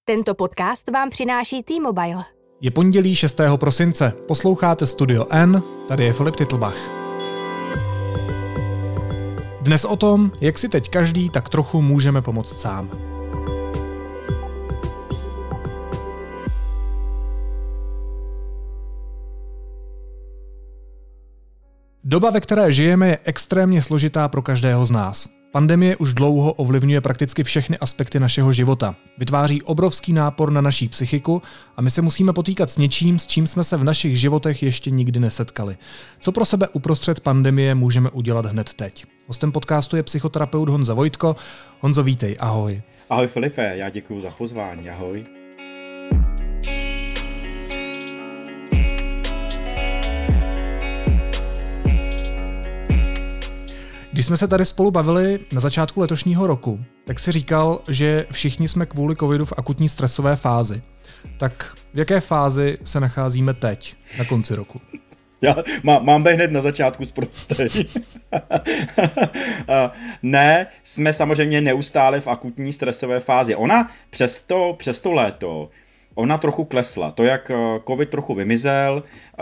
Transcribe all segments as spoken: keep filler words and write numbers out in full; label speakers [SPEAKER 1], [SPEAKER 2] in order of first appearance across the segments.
[SPEAKER 1] Tento podcast vám přináší T-Mobile.
[SPEAKER 2] Je pondělí šestého prosince, posloucháte Studio N, tady je Filip Titlbach. Dnes o tom, jak si teď každý tak trochu můžeme pomoct sám. Doba, ve které žijeme, je extrémně složitá pro každého z nás. Pandemie už dlouho ovlivňuje prakticky všechny aspekty našeho života. Vytváří obrovský nápor na naší psychiku a my se musíme potýkat s něčím, s čím jsme se v našich životech ještě nikdy nesetkali. Co pro sebe uprostřed pandemie můžeme udělat hned teď? Hostem podcastu je psychoterapeut Honza Vojtko. Honzo, vítej, ahoj.
[SPEAKER 3] Ahoj Filipe, já děkuji za pozvání, ahoj.
[SPEAKER 2] Když jsme se tady spolu bavili na začátku letošního roku, tak si říkal, že všichni jsme kvůli covidu v akutní stresové fázi. Tak v jaké fázi se nacházíme teď, na konci roku?
[SPEAKER 3] Já má, mám být hned na začátku zprostej. Ne, jsme samozřejmě neustále v akutní stresové fázi. Ona přes to, přes to léto, ona trochu klesla. To, jak covid trochu vymizel,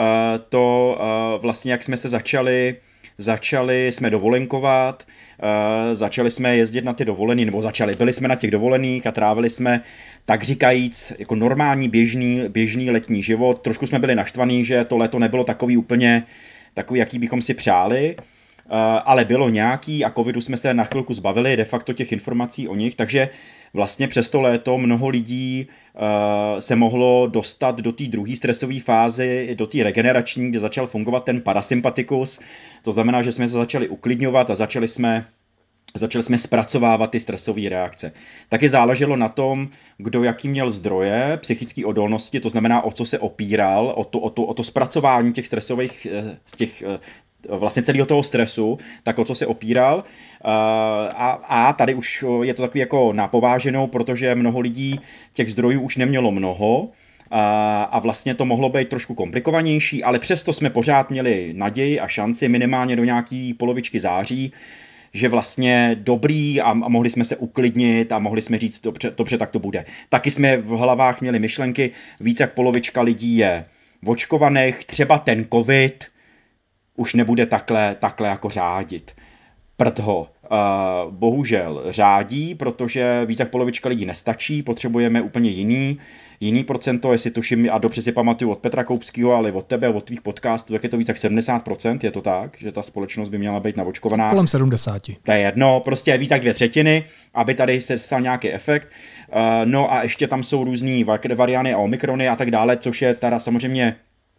[SPEAKER 3] to vlastně, jak jsme se začali Začali jsme dovolenkovat, uh, začali jsme jezdit na ty dovolený, nebo začali, byli jsme na těch dovolených a trávili jsme, tak říkajíc, jako normální běžný, běžný letní život. Trošku jsme byli naštvaní, že to léto nebylo takový úplně, takový, jaký bychom si přáli, uh, ale bylo nějaký a covidu jsme se na chvilku zbavili, de facto těch informací o nich, takže vlastně přes to léto mnoho lidí uh, se mohlo dostat do té druhé stresové fázy, do té regenerační, kde začal fungovat ten parasympatikus. To znamená, že jsme se začali uklidňovat a začali jsme, začali jsme zpracovávat ty stresové reakce. Taky záleželo na tom, kdo jaký měl zdroje psychické odolnosti, to znamená, o co se opíral, o to, o to, o to zpracování těch stresových, těch, vlastně celého toho stresu, tak o co se opíral. A, a tady už je to takový jako napováženou, protože mnoho lidí těch zdrojů už nemělo mnoho a, a vlastně to mohlo být trošku komplikovanější, ale přesto jsme pořád měli naději a šanci minimálně do nějaký polovičky září, že vlastně dobrý a, a mohli jsme se uklidnit a mohli jsme říct, dobře, dobře, tak to bude. Taky jsme v hlavách měli myšlenky, víc jak polovička lidí je očkovaných, třeba ten covid už nebude takhle, takhle jako řádit. Proto uh, bohužel řádí, protože víc jak polovička lidí nestačí, potřebujeme úplně jiný, jiný procento, jestli tuším, a dobře si pamatuju od Petra Koupského, ale od tebe, od tvých podcastů, tak je to víc jak sedmdesát procent, je to tak, že ta společnost by měla být naočkovaná.
[SPEAKER 2] Kolem sedmdesát.
[SPEAKER 3] To je jedno, prostě víc jak dvě třetiny, aby tady se stal nějaký efekt. Uh, no a ještě tam jsou různý variany a omikrony a tak dále, což je teda samozřejmě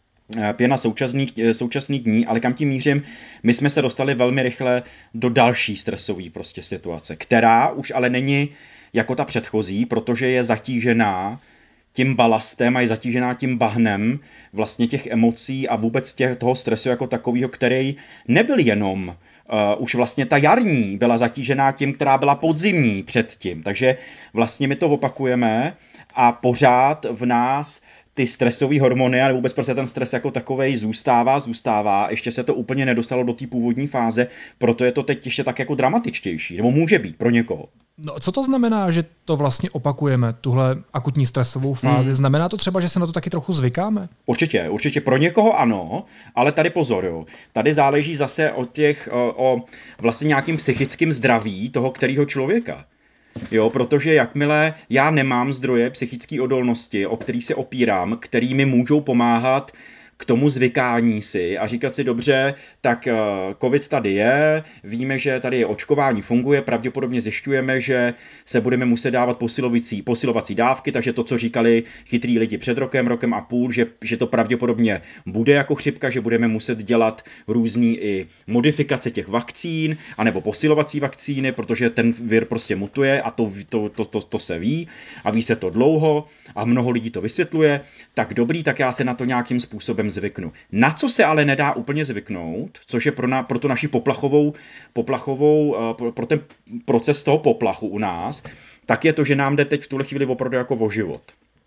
[SPEAKER 3] pěna současných, současných dní, ale kam tím mířím, my jsme se dostali velmi rychle do další stresové prostě situace, která už ale není jako ta předchozí, protože je zatížená tím balastem a je zatížená tím bahnem vlastně těch emocí a vůbec těch, toho stresu jako takového, který nebyl jenom uh, už vlastně ta jarní byla zatížená tím, která byla podzimní předtím. Takže vlastně my to opakujeme a pořád v nás ty stresové hormony a vůbec prostě ten stres jako takovej zůstává, zůstává, ještě se to úplně nedostalo do té původní fáze, proto je to teď ještě tak jako dramatičtější, nebo může být pro někoho.
[SPEAKER 2] No, co to znamená, že to vlastně opakujeme, tuhle akutní stresovou fázi? Hmm. Znamená to třeba, že se na to taky trochu zvykáme?
[SPEAKER 3] Určitě, určitě pro někoho ano, ale tady pozor, jo. Tady záleží zase o těch, o, o vlastně nějakým psychickým zdraví toho kterého člověka. Jo, protože jakmile já nemám zdroje psychické odolnosti, o který se opírám, který mi můžou pomáhat k tomu zvykání si a říkat si dobře, tak covid tady je, víme, že tady je očkování funguje, pravděpodobně zjišťujeme, že se budeme muset dávat posilovací, posilovací dávky, takže to, co říkali chytrý lidi před rokem, rokem a půl, že, že to pravděpodobně bude jako chřipka, že budeme muset dělat různý i modifikace těch vakcín, anebo posilovací vakcíny, protože ten vir prostě mutuje a to, to, to, to, to se ví a ví se to dlouho a mnoho lidí to vysvětluje, tak dobrý, tak já se na to nějakým způsobem zvyknu. Na co se ale nedá úplně zvyknout, což je pro, na, pro tu naši poplachovou, poplachovou pro, pro ten proces toho poplachu u nás, tak je to, že nám jde teď v tuhle chvíli opravdu jako o život.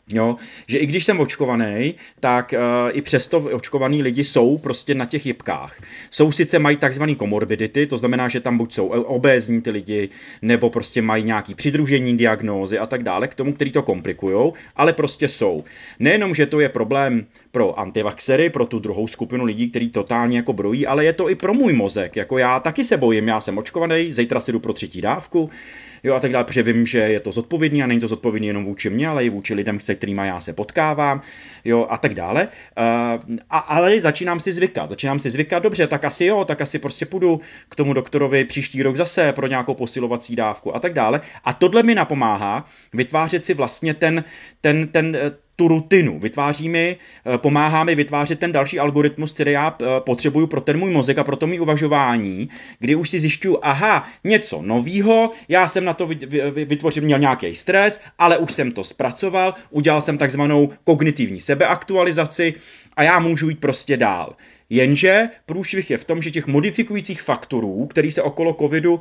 [SPEAKER 3] Jo, že i když jsem očkovaný, tak uh, i přesto očkovaný lidi jsou prostě na těch jipkách. Jsou sice mají takzvaný komorbidity, to znamená, že tam buď jsou obézní ty lidi, nebo prostě mají nějaký přidružení diagnózy a tak dále, k tomu, který to komplikujou, ale prostě jsou. Nejenom, že to je problém pro antivaxery, pro tu druhou skupinu lidí, který totálně jako brojí, ale je to i pro můj mozek. Jako já taky se bojím, já jsem očkovaný, zítra si jdu pro třetí dávku, jo, a tak dále, protože vím, že je to zodpovědný a není to zodpovědný jenom vůči mně, ale i vůči lidem, se kterými já se potkávám, jo, a tak dále. Uh, a, ale začínám si zvykat, začínám si zvykat, dobře, tak asi jo, tak asi prostě půjdu k tomu doktorovi příští rok zase pro nějakou posilovací dávku a tak dále. A tohle mi napomáhá vytvářet si vlastně ten, ten, ten, tu rutinu. Vytváří mi, pomáhá mi vytvářet ten další algoritmus, který já potřebuju pro ten můj mozek a pro to mý uvažování, kdy už si zjišťuju, aha, něco novýho, já jsem na to vytvořil, měl nějaký stres, ale už jsem to zpracoval, udělal jsem takzvanou kognitivní sebeaktualizaci a já můžu jít prostě dál. Jenže průšvih je v tom, že těch modifikujících faktorů, který se okolo covidu,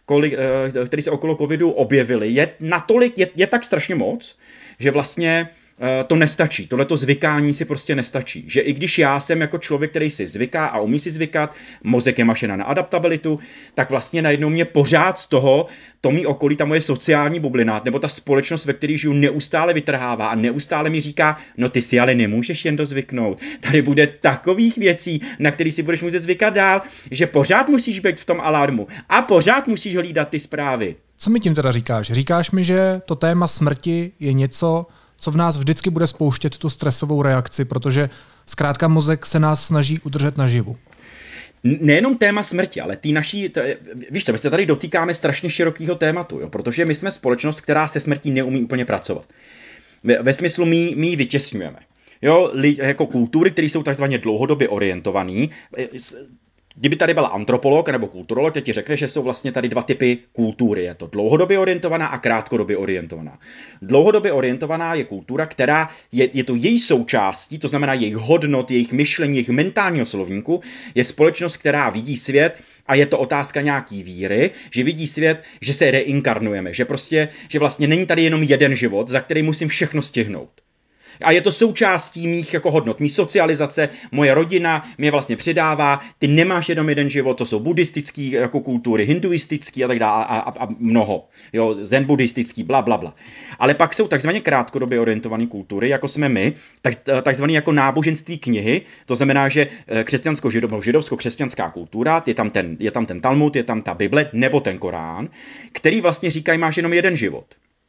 [SPEAKER 3] který se okolo covidu objevily, je natolik, je, je tak strašně moc, že vlastně to nestačí, tohleto zvykání si prostě nestačí. Že i když já jsem jako člověk, který si zvyká a umí si zvykat, mozek je mašina na adaptabilitu, tak vlastně najednou mě pořád z toho, to mý okolí, ta moje sociální bublina, nebo ta společnost, ve které žiju, neustále vytrhává a neustále mi říká, no ty si ale nemůžeš jen dozvyknout. Tady bude takových věcí, na který si budeš muset zvykat dál, že pořád musíš být v tom alarmu a pořád musíš hlídat ty zprávy.
[SPEAKER 2] Co mi tím teda říkáš? Říkáš mi, že to téma smrti je něco, co v nás vždycky bude spouštět tu stresovou reakci, protože zkrátka mozek se nás snaží udržet naživu.
[SPEAKER 3] Nejenom téma smrti, ale tý naší, t- víš co, my se tady dotýkáme strašně širokého tématu, jo, protože my jsme společnost, která se smrtí neumí úplně pracovat. Ve, ve smyslu my, my ji vytěsňujeme. Jo, li, jako kultury, které jsou takzvaně dlouhodobě orientované. Kdyby tady byla antropolog nebo kulturolog, teď ti řekne, že jsou vlastně tady dva typy kultury. Je to dlouhodobě orientovaná a krátkodobě orientovaná. Dlouhodobě orientovaná je kultura, která je, je to její součástí, to znamená jejich hodnot, jejich myšlení, jejich mentálního slovníku, je společnost, která vidí svět a je to otázka nějaký víry, že vidí svět, že se reinkarnujeme, že prostě, že vlastně není tady jenom jeden život, za který musím všechno stihnout. A je to součástí mých jako hodnot, mý socializace, moje rodina mě vlastně přidává, ty nemáš jenom jeden život, to jsou buddhistický jako kultury, hinduistický a tak dále a, a, a mnoho, jo, zen buddhistický, bla, bla, bla. Ale pak jsou takzvaně krátkodobě orientované kultury, jako jsme my, tak, takzvané jako náboženství knihy, to znamená, že křesťansko-židovsko-křesťanská kultura, je tam, ten, je tam ten Talmud, je tam ta Bible nebo ten Korán, který vlastně říkají, máš jenom jeden život.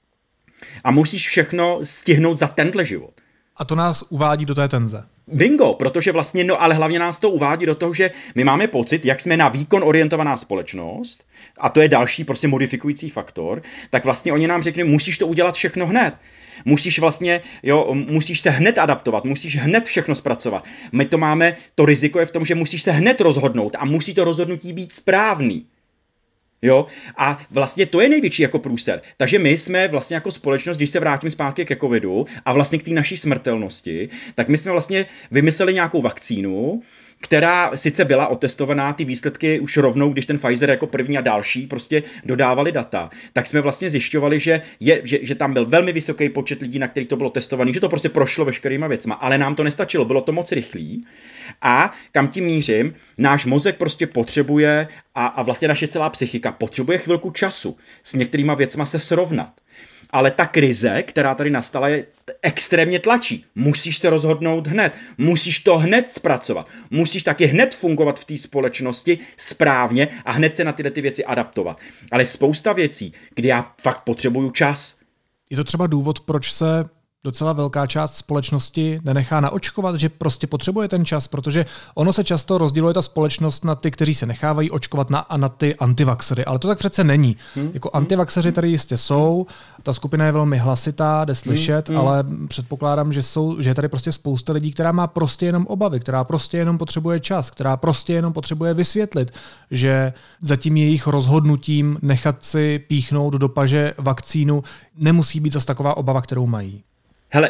[SPEAKER 3] A musíš všechno stihnout za tenhle život.
[SPEAKER 2] A to nás uvádí do té tenze.
[SPEAKER 3] Bingo, protože vlastně, no ale hlavně nás to uvádí do toho, že my máme pocit, jak jsme na výkon orientovaná společnost, a to je další prostě modifikující faktor, tak vlastně oni nám řekli, musíš to udělat všechno hned. Musíš vlastně, jo, musíš se hned adaptovat, musíš hned všechno zpracovat. My to máme, to riziko je v tom, že musíš se hned rozhodnout a musí to rozhodnutí být správný. Jo, a vlastně to je největší jako průser. Takže my jsme vlastně jako společnost, když se vrátím zpátky ke covidu a vlastně k té naší smrtelnosti, tak my jsme vlastně vymysleli nějakou vakcínu, která sice byla otestovaná, ty výsledky už rovnou, když ten Pfizer jako první a další prostě dodávali data, tak jsme vlastně zjišťovali, že, je, že, že tam byl velmi vysoký počet lidí, na který to bylo testovaný, že to prostě prošlo veškerýma věcma, ale nám to nestačilo, bylo to moc rychlý. A kam tím mířím, náš mozek prostě potřebuje a, a vlastně naše celá psychika potřebuje chvilku času s některýma věcma se srovnat. Ale ta krize, která tady nastala, je extrémně tlačí. Musíš se rozhodnout hned. Musíš to hned zpracovat. Musíš taky hned fungovat v té společnosti správně a hned se na tyhle ty věci adaptovat. Ale spousta věcí, kdy já fakt potřebuju čas.
[SPEAKER 2] Je to třeba důvod, proč se docela velká část společnosti nenechá naočkovat, že prostě potřebuje ten čas, protože ono se často rozděluje ta společnost na ty, kteří se nechávají očkovat na, a na ty antivaxery, ale to tak přece není. Hmm. Jako antivaxeři tady jistě jsou, ta skupina je velmi hlasitá, jde slyšet, hmm. ale předpokládám, že, jsou, že je tady prostě spousta lidí, která má prostě jenom obavy, která prostě jenom potřebuje čas, která prostě jenom potřebuje vysvětlit, že za tím jejich rozhodnutím nechat si píchnout do paže vakcínu nemusí být zas taková obava, kterou mají.
[SPEAKER 3] Hele,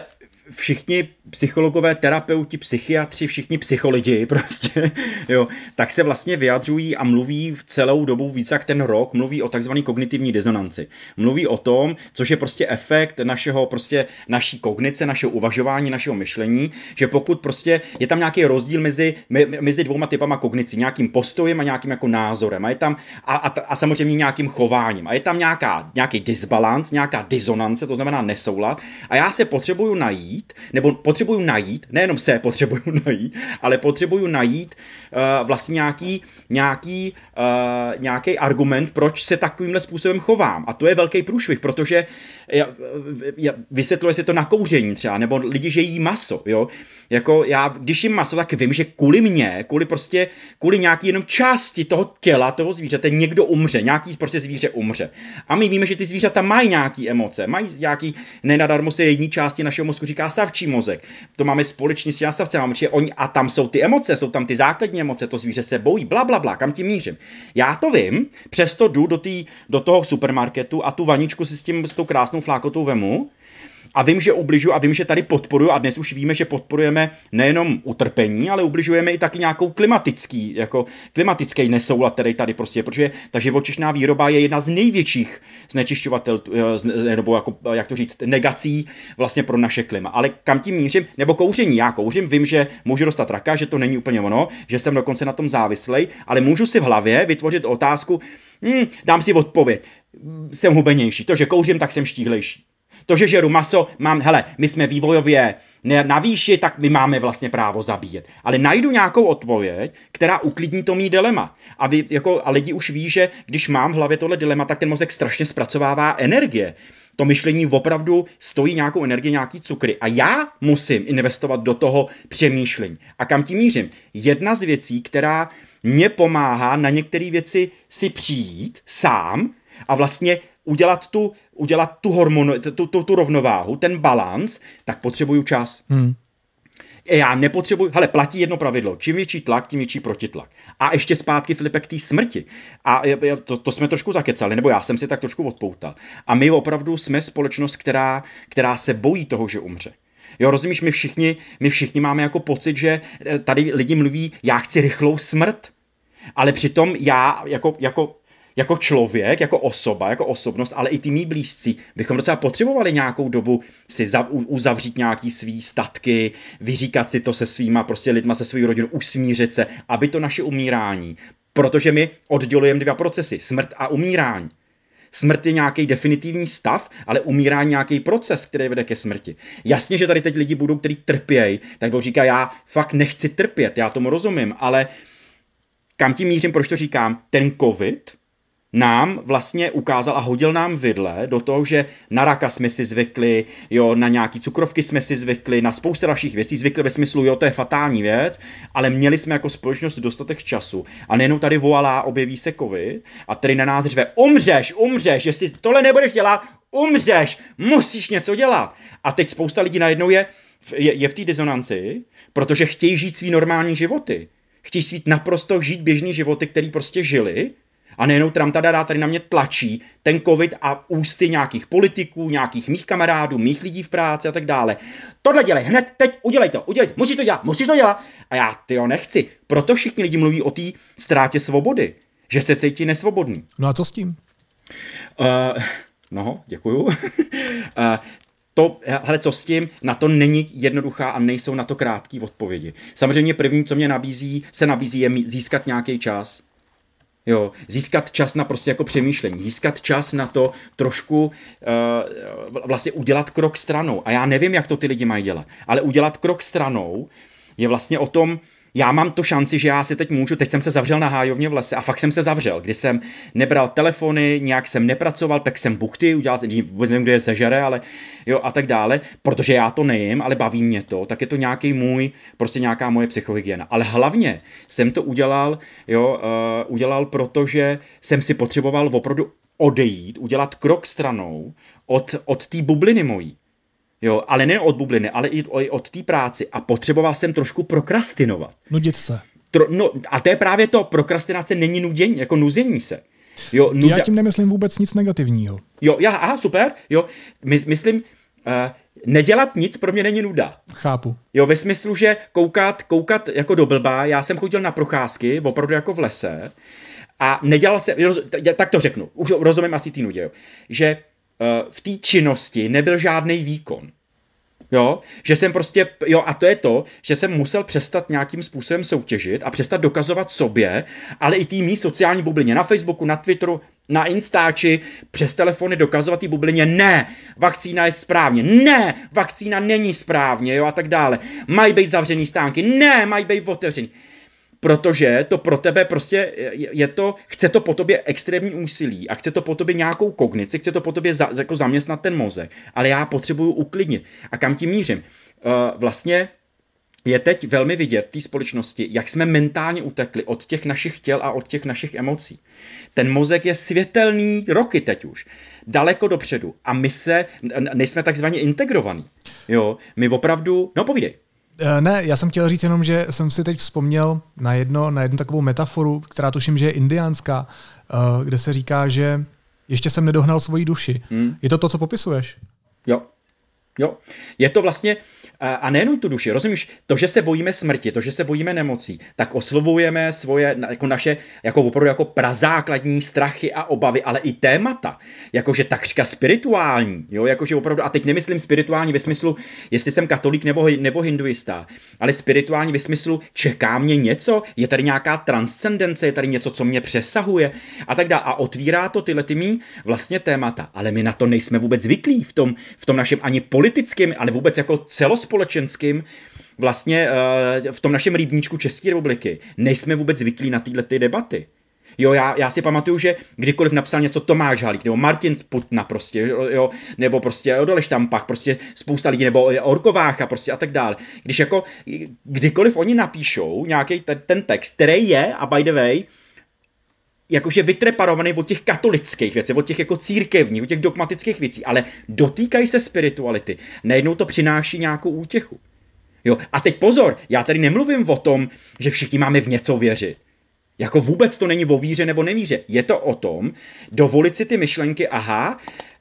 [SPEAKER 3] všichni psychologové, terapeuti, psychiatři, všichni psycholidi prostě, jo, tak se vlastně vyjadřují a mluví v celou dobu více jak ten rok, mluví o takzvané kognitivní disonanci. Mluví o tom, což je prostě efekt našeho, prostě naší kognice, našeho uvažování, našeho myšlení, že pokud prostě je tam nějaký rozdíl mezi, mezi dvouma typama kognicí, nějakým postojem a nějakým jako názorem a je tam a, a, a samozřejmě nějakým chováním a je tam nějaká, nějaký disbalans, nějaká disonance, to znamená nesoulad a já se potřebuju najít, nebo potřebuju najít, nejenom se potřebuju najít, ale potřebuju najít uh, vlastně nějaký, nějaký, uh, nějaký argument, proč se takovýmhle způsobem chovám. A to je velký průšvih, protože já, já, vysvětluje se to na kouření třeba, nebo lidi, že jí maso, jo. Jako já, když jim maso, tak vím, že kvůli mně, kvůli prostě, kvůli nějaký jenom části toho těla, toho zvířete, někdo umře, nějaký prostě zvíře umře. A my víme, že ty zvířata mají nějaký emoce, mají nějaký, nenadarmo se jední části našeho mozku říká savčí mozek. To máme společně s savcem, protože oni, a tam jsou ty emoce, jsou tam ty základní emoce, to zvíře se bojí, bla, bla, bla, kam tím mířím. Já to vím, přesto jdu do, tý, do toho supermarketu a tu vaničku si s tím, s tou krásnou flákotou vemu, a vím, že ubližuju a vím, že tady podporuju a dnes už víme, že podporujeme nejenom utrpení, ale ubližujeme i taky nějakou klimatický, jako klimatický nesoulad, který tady prostě je, protože ta živočišná výroba je jedna z největších znečišťovatel, nebo jako, jak to říct, negací vlastně pro naše klima. Ale kam tím mířím? Nebo kouření. Já kouřím, vím, že můžu dostat raka, že to není úplně ono, že jsem dokonce na tom závislej, ale můžu si v hlavě vytvořit otázku, hm, dám si odpověď, jsem hubenější, to, že kouřím, tak jsem štíhlejší. To, že žeru maso, mám, hele, my jsme vývojově na výši, tak my máme vlastně právo zabíjet. Ale najdu nějakou odpověď, která uklidní to mý dilema. A, vy, jako, a lidi už ví, že když mám v hlavě tohle dilema, tak ten mozek strašně zpracovává energie. To myšlení opravdu stojí nějakou energii, nějaký cukry. A já musím investovat do toho přemýšlení. A kam tím mířím? Jedna z věcí, která mě pomáhá na některé věci si přijít sám a vlastně udělat tu, udělat tu, hormonu, tu, tu, tu rovnováhu, ten balans, tak potřebuju čas. Hmm. Já nepotřebuju, hele, platí jedno pravidlo, čím větší tlak, tím větší protitlak. A ještě zpátky, Filipe, k té smrti. A to, to jsme trošku zakecali, nebo já jsem si tak trošku odpoutal. A my opravdu jsme společnost, která, která se bojí toho, že umře. Jo, rozumíš, my všichni, my všichni máme jako pocit, že tady lidi mluví, já chci rychlou smrt, ale přitom já jako, jako jako člověk, jako osoba, jako osobnost, ale i ty mý blízcí, bychom docela potřebovali nějakou dobu si za, uzavřít nějaký svý statky, vyříkat si to se svýma prostě lidma, se svou rodinou, usmířit se, aby to naše umírání, protože my oddělujeme dva procesy, smrt a umírání. Smrt je nějaký definitivní stav, ale umírání nějaký proces, který vede ke smrti. Jasně, že tady teď lidi budou, kteří trpějí, tak budou říkat, já fakt nechci trpět, já tomu rozumím, ale kam tím mířím, proč to říkám, ten covid nám vlastně ukázal a hodil nám vidle do toho, že na raka jsme si zvykli, jo, na nějaký cukrovky jsme si zvykli, na spoustu dalších věcí zvykli ve smyslu, jo, to je fatální věc, ale měli jsme jako společnost dostatek času. A nejenom tady volá, objeví se covid a tady na nás řve, umřeš, umřeš, jestli tohle nebudeš dělat, umřeš, musíš něco dělat. A teď spousta lidí najednou je, je, je v té disonanci, protože chtějí žít svý normální životy. Chtějí svít naprosto žít běžný životy, který prostě žili. A nejenom tramtadadá tady na mě tlačí ten covid a ústy nějakých politiků, nějakých mých kamarádů, mých lidí v práci a tak dále. Tohle dělej hned, teď, udělej to, udělej, musíš to dělat, musíš to dělat. A já tyjo nechci. Proto všichni lidi mluví o té ztrátě svobody, že se cítí nesvobodný.
[SPEAKER 2] No a co s tím?
[SPEAKER 3] Uh, no, děkuju. uh, To, hele, co s tím, na to není jednoduchá a nejsou na to krátké odpovědi. Samozřejmě první, co mě nabízí, se nabízí, je získat nějaký čas. Jo, získat čas na prostě jako přemýšlení, získat čas na to trošku uh, vlastně udělat krok stranou. A já nevím, jak to ty lidi mají dělat, ale udělat krok stranou je vlastně o tom, já mám to šanci, že já si teď můžu, teď jsem se zavřel na hájovně v lese a fakt jsem se zavřel, kdy jsem nebral telefony, nějak jsem nepracoval, pek jsem buchty, udělal jsem, vůbec nevím, kdo je sežere, ale jo a tak dále, protože já to nejím, ale baví mě to, tak je to nějaký můj, prostě nějaká moje psychohygiena. Ale hlavně jsem to udělal, jo, uh, udělal, protože jsem si potřeboval opravdu odejít, udělat krok stranou od, od té bubliny mojí. Jo, ale ne od bubliny, ale i od té práci. A potřeboval jsem trošku prokrastinovat.
[SPEAKER 2] Nudit se.
[SPEAKER 3] Tro, no, a to je právě to, prokrastinace není nudění, jako nuzení se. Jo,
[SPEAKER 2] nuda... Já tím nemyslím vůbec nic negativního.
[SPEAKER 3] Jo, já, aha, super, jo. My, myslím, nedělat nic pro mě není nuda.
[SPEAKER 2] Chápu.
[SPEAKER 3] Jo, ve smyslu, že koukat, koukat jako do blba, já jsem chodil na procházky, opravdu jako v lese, a nedělal jsem, tak to řeknu, už rozumím asi té nudě, jo, že uh, v té činnosti nebyl žádný výkon. Jo, že jsem prostě, jo, a to je to, že jsem musel přestat nějakým způsobem soutěžit a přestat dokazovat sobě, ale i té mý sociální bublině na Facebooku, na Twitteru, na Instači, přes telefony dokazovat té bublině, ne, vakcína je správně, ne, vakcína není správně, jo, a tak dále. Mají být zavřený stánky, ne, mají být otevřený. Protože to pro tebe prostě je to, chce to po tobě extrémní úsilí a chce to po tobě nějakou kognici, chce to po tobě za, jako zaměstnat ten mozek, ale já potřebuju uklidnit. A kam tím mířím? Uh, vlastně je teď velmi vidět v té společnosti, jak jsme mentálně utekli od těch našich těl a od těch našich emocí. Ten mozek je světelný roky teď už, daleko dopředu a my se, nejsme takzvaně integrovaní. Jo, my opravdu, no povídej.
[SPEAKER 2] Ne, já jsem chtěl říct jenom, že jsem si teď vzpomněl na, jedno, na jednu takovou metaforu, která tuším, že je indiánská, kde se říká, že ještě jsem nedohnal svoji duši. Hmm. Je to to, co popisuješ?
[SPEAKER 3] Jo, jo. Je to vlastně, a nejenom tu duši, rozumíš, to, že se bojíme smrti, to, že se bojíme nemocí, tak oslovujeme svoje, jako naše, jako opravdu jako prazákladní strachy a obavy, ale i témata, jakože takřka spirituální, jo, jakože opravdu, a teď nemyslím spirituální ve smyslu, jestli jsem katolík nebo, nebo hinduista, ale spirituální ve smyslu, čeká mě něco, je tady nějaká transcendence, je tady něco, co mě přesahuje a tak dále. A otvírá to tyhle ty mý vlastně témata, ale my na to nejsme vůbec zvyklí v tom, v tom našem ani politickém, ale vůbec jako celos společenským, vlastně uh, v tom našem rybníčku České republiky nejsme vůbec zvyklí na tyhle ty debaty. Jo, já, já si pamatuju, že kdykoliv napsal něco Tomáš Halík, nebo Martin Putna prostě, jo, nebo prostě Odole Štampach, prostě spousta lidí, nebo Orkovácha prostě a tak dále. Když jako, kdykoliv oni napíšou nějaký ten, ten text, který je, a by the way, jakože vytreparovaný od těch katolických věcí, od těch jako církevních, od těch dogmatických věcí, ale dotýkají se spirituality. Najednou to přináší nějakou útěchu. Jo, a teď pozor, já tady nemluvím o tom, že všichni máme v něco věřit. Jako vůbec to není o víře nebo nevíře. Je to o tom, dovolit si ty myšlenky, aha,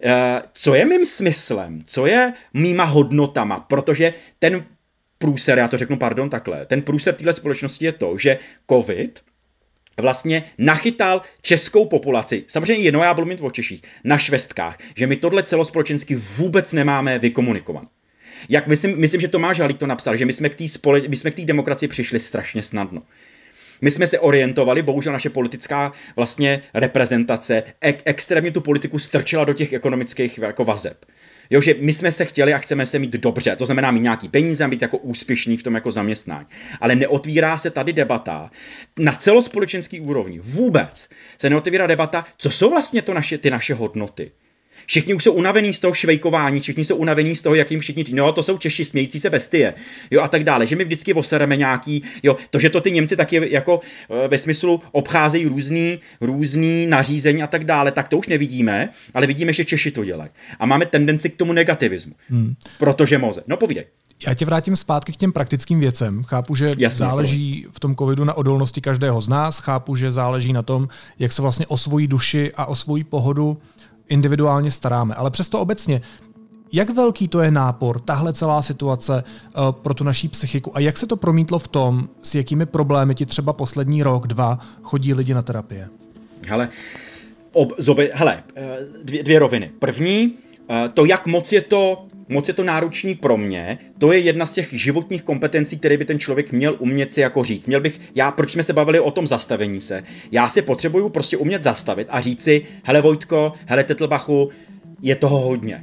[SPEAKER 3] co je mým smyslem, co je mýma hodnotama, protože ten průser, já to řeknu, pardon, takhle, ten průser téhle společnosti je to, že covid vlastně nachytal českou populaci, samozřejmě jedno, já budu mít o Češích, na švestkách, že my tohle celospolečensky vůbec nemáme vykomunikovat. Jak myslím, myslím, že Tomáš Halík to napsal, že my jsme k té spole, my jsme k té demokracii přišli strašně snadno. My jsme se orientovali, bohužel naše politická vlastně reprezentace ek, extrémně tu politiku strčila do těch ekonomických jako vazeb. Jo, že my jsme se chtěli a chceme se mít dobře, to znamená mít nějaký peníze a být jako úspěšný v tom jako zaměstnání. Ale neotvírá se tady debata na celospolečenský úrovni. Vůbec se neotvírá debata, co jsou vlastně to naše, ty naše hodnoty. Všichni už jsou unavení z toho švejkování, všichni jsou unavení z toho, jak jim všichni říkají, no to jsou Češi smějící se bestie, jo a tak dále, že my vždycky osereme nějaký, jo, to, že to ty Němci taky jako ve smyslu obcházejí různý, různý nařízení a tak dále, tak to už nevidíme, ale vidíme, že Češi to dělají. A máme tendenci k tomu negativismu, hmm. protože moze. No povídej.
[SPEAKER 2] Já tě vrátím zpátky k těm praktickým věcem. Chápu, že Jasně, záleží to. v tom covidu na odolnosti každého z nás, chápu, že záleží na tom, jak se vlastně o svoji duši a o svoji pohodu individuálně staráme. Ale přesto obecně, jak velký to je nápor, tahle celá situace uh, pro tu naší psychiku a jak se to promítlo v tom, s jakými problémy ti třeba poslední rok, dva chodí lidi na terapie?
[SPEAKER 3] Hele, ob, zobe, hele dvě, dvě roviny. První, to, jak moc je to, moc je to náročný pro mě, to je jedna z těch životních kompetencí, které by ten člověk měl umět si jako říct. Měl bych, já, proč jsme se bavili o tom zastavení se, já si potřebuju prostě umět zastavit a říct si, hele Vojtko, hele Tetlbachu, je toho hodně.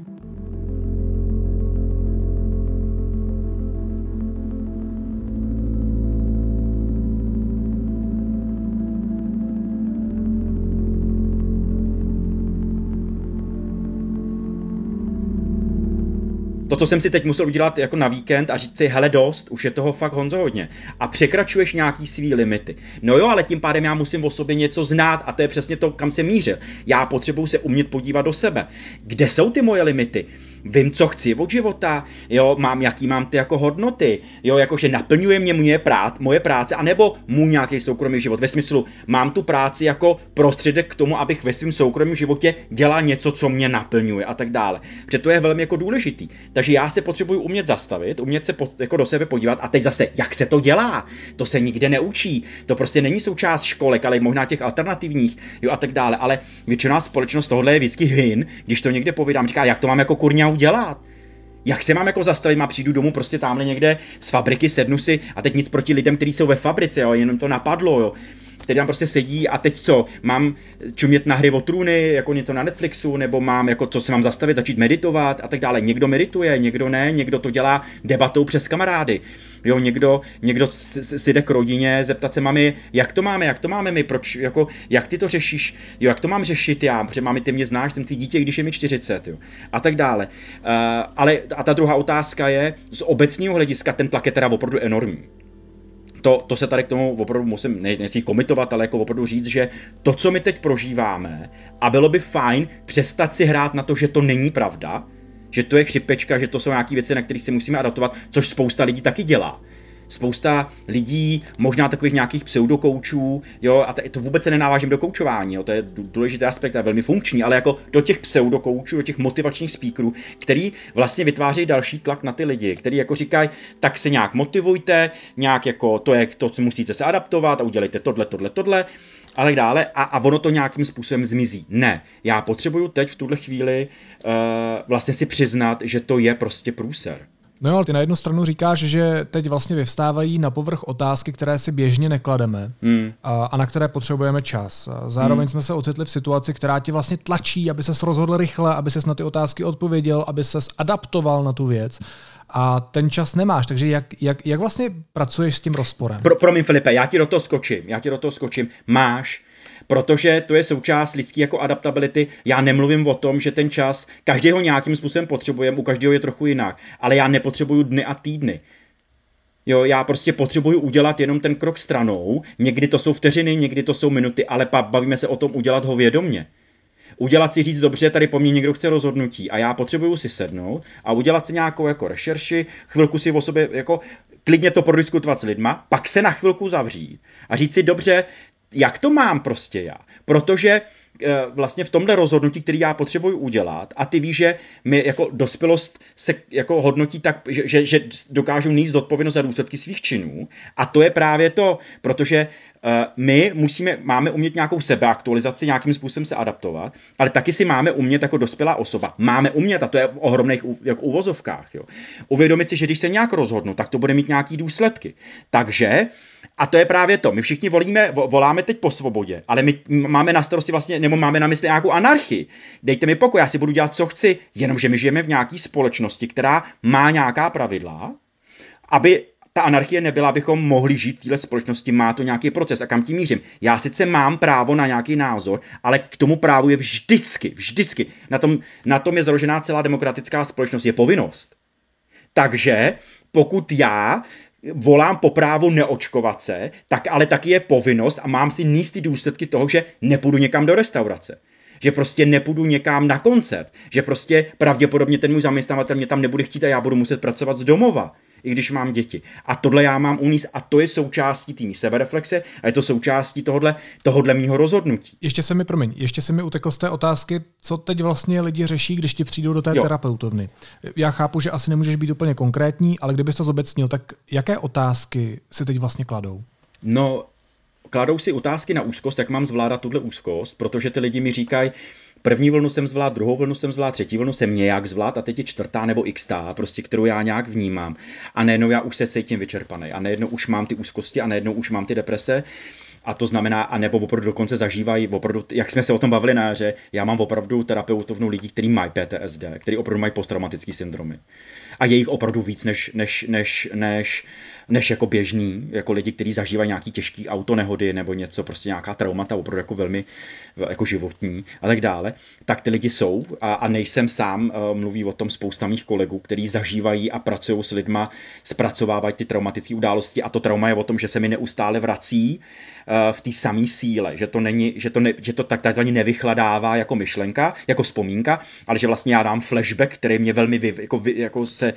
[SPEAKER 3] To, co jsem si teď musel udělat jako na víkend a říct si, hele dost, už je toho fakt Honzo hodně. A překračuješ nějaký svý limity. No jo, ale tím pádem já musím o sobě něco znát a to je přesně to, kam jsem mířil. Já potřebuji se umět podívat do sebe. Kde jsou ty moje limity? vím, co chci od života, jo, mám, jaký mám ty jako hodnoty, jo, jakože naplňuje mě moje, prát, moje práce, anebo můj nějaký soukromý život, ve smyslu, mám tu práci jako prostředek k tomu, abych ve svém soukromém životě dělal něco, co mě naplňuje a tak dále. Protože to je velmi jako důležitý. Takže já se potřebuji umět zastavit, umět se pod, jako do sebe podívat a teď zase, jak se to dělá? To se nikde neučí. To prostě není součást školek, ale možná těch alternativních, jo, a tak dále. Ale většiná společnost tohle je vždycky hin, když to někde povídám, říká, jak to mám jako kurňa udělat? Jak se mám jako zastavit, má přijdu domů prostě tamhle někde z fabriky, sednu si a teď nic proti lidem, kteří jsou ve fabrice, jo, jenom to napadlo, jo. Který tam prostě sedí a teď co, mám čumět na Hry o trůny, jako něco na Netflixu, nebo mám jako co se mám zastavit, začít meditovat a tak dále. Někdo medituje, někdo ne, někdo to dělá debatou přes kamarády. Jo, někdo, někdo si jde k rodině zeptat se mami, jak to máme, jak to máme my, proč, jako, jak ty to řešíš, jo, jak to mám řešit já, protože mami, ty mě znáš, jsem tvý dítě, když je mi čtyřicet, jo, a tak dále. Uh, ale a ta druhá otázka je, z obecního hlediska ten tlak je teda opravdu enormní. To, to se tady k tomu opravdu musím, ne, nechci komitovat, ale jako opravdu říct, že to, co my teď prožíváme, a bylo by fajn přestat si hrát na to, že to není pravda, že to je chřipečka, že to jsou nějaké věci, na které si musíme adaptovat, což spousta lidí taky dělá. Spousta lidí, možná takových nějakých pseudokoučů, jo, a to vůbec se nenávážím do koučování, jo, to je důležitý aspekt a velmi funkční, ale jako do těch pseudokoučů, do těch motivačních speakerů, který vlastně vytvářejí další tlak na ty lidi, který jako říkají, tak se nějak motivujte, nějak jako to je to, co musíte se adaptovat a udělejte tohle, tohle, tohle, ale dále a, a ono to nějakým způsobem zmizí. Ne, já potřebuju teď v tuhle chvíli uh, vlastně si přiznat, že to je prostě průser.
[SPEAKER 2] No jo, ale ty na jednu stranu říkáš, že teď vlastně vyvstávají na povrch otázky, které si běžně neklademe hmm. a, a na které potřebujeme čas. Zároveň hmm. jsme se ocitli v situaci, která ti vlastně tlačí, aby ses rozhodl rychle, aby ses na ty otázky odpověděl, aby ses adaptoval na tu věc. A ten čas nemáš, takže jak, jak, jak vlastně pracuješ s tím rozporem?
[SPEAKER 3] Pro, promiň, Filipe, já ti do toho skočím, já ti do toho skočím. Máš, protože to je součást lidský jako adaptability. Já nemluvím o tom, že ten čas, každého nějakým způsobem potřebujeme, u každého je trochu jinak, ale já nepotřebuju dny a týdny. Jo, já prostě potřebuju udělat jenom ten krok stranou, někdy to jsou vteřiny, někdy to jsou minuty, ale bavíme se o tom udělat ho vědomně. Udělat si říct, dobře, tady po mně někdo chce rozhodnutí a já potřebuju si sednout a udělat si nějakou jako rešerši, chvilku si o sobě jako klidně to prodiskutovat s lidma, pak se na chvilku zavřít a říct si, dobře, jak to mám prostě já, protože vlastně v tomhle rozhodnutí, který já potřebuji udělat a ty víš, že mi jako dospělost se jako hodnotí tak, že, že, že dokážu nést odpovědnost za důsledky svých činů a to je právě to, protože uh, my musíme, máme umět nějakou sebeaktualizaci, nějakým způsobem se adaptovat, ale taky si máme umět jako dospělá osoba, máme umět a to je v ohromných jako uvozovkách, jo. Uvědomit si, že když se nějak rozhodnu, tak to bude mít nějaký důsledky. Takže a to je právě to. My všichni volíme, voláme teď po svobodě, ale my máme na starosti vlastně, nebo máme na mysli nějakou anarchii. Dejte mi pokoj, já si budu dělat, co chci, jenomže my žijeme v nějaké společnosti, která má nějaká pravidla, aby ta anarchie nebyla, abychom mohli žít v této společnosti, má to nějaký proces. A kam tím mířím? Já sice mám právo na nějaký názor, ale k tomu právu je vždycky, vždycky. Na tom, na tom je založená celá demokratická společnost, je povinnost. Takže pokud já volám po právu neočkovat se, tak ale taky je povinnost a mám si nést ty důsledky toho, že nepůjdu někam do restaurace. Že prostě nepůjdu někam na koncert. Že prostě pravděpodobně ten můj zaměstnavatel mě tam nebude chtít a já budu muset pracovat z domova, i když mám děti. A tohle já mám uníst a to je součástí té sebereflexe a je to součástí tohodle, tohodle mýho rozhodnutí.
[SPEAKER 2] Ještě se mi, promiň, ještě se mi utekl z té otázky, co teď vlastně lidi řeší, když ti přijdou do té jo. terapeutovny. Já chápu, že asi nemůžeš být úplně konkrétní, ale kdybys to zobecnil, tak jaké otázky si teď vlastně kladou?
[SPEAKER 3] No, kladou si otázky na úzkost, jak mám zvládat tuhle úzkost, protože ty lidi mi říkají, první vlnu jsem zvlád, druhou vlnu jsem zvlád, třetí vlnu jsem nějak zvlád a teď je čtvrtá nebo xtá, prostě, kterou já nějak vnímám. A najednou já už se cítím vyčerpaný a najednou už mám ty úzkosti a najednou už mám ty deprese. A to znamená, a nebo opravdu dokonce zažívají, opravdu, jak jsme se o tom bavili na jaře, já mám opravdu terapeutovnu lidí, kteří mají P T S D, kteří opravdu mají posttraumatický syndromy. A je jich opravdu víc než, než, než, než než jako běžný, jako lidi, kteří zažívají nějaký těžký autonehody nebo něco, prostě nějaká traumata, opravdu jako velmi jako životní a tak dále, tak ty lidi jsou a, a nejsem sám, mluví o tom spousta mých kolegů, kteří zažívají a pracují s lidma, zpracovávají ty traumatické události a to trauma je o tom, že se mi neustále vrací v té samé síle, že to není, že to, ne, že to tak takzvaně nevychladává jako myšlenka, jako vzpomínka, ale že vlastně já dám flashback, který mě velmi vy, jako, vy, jako se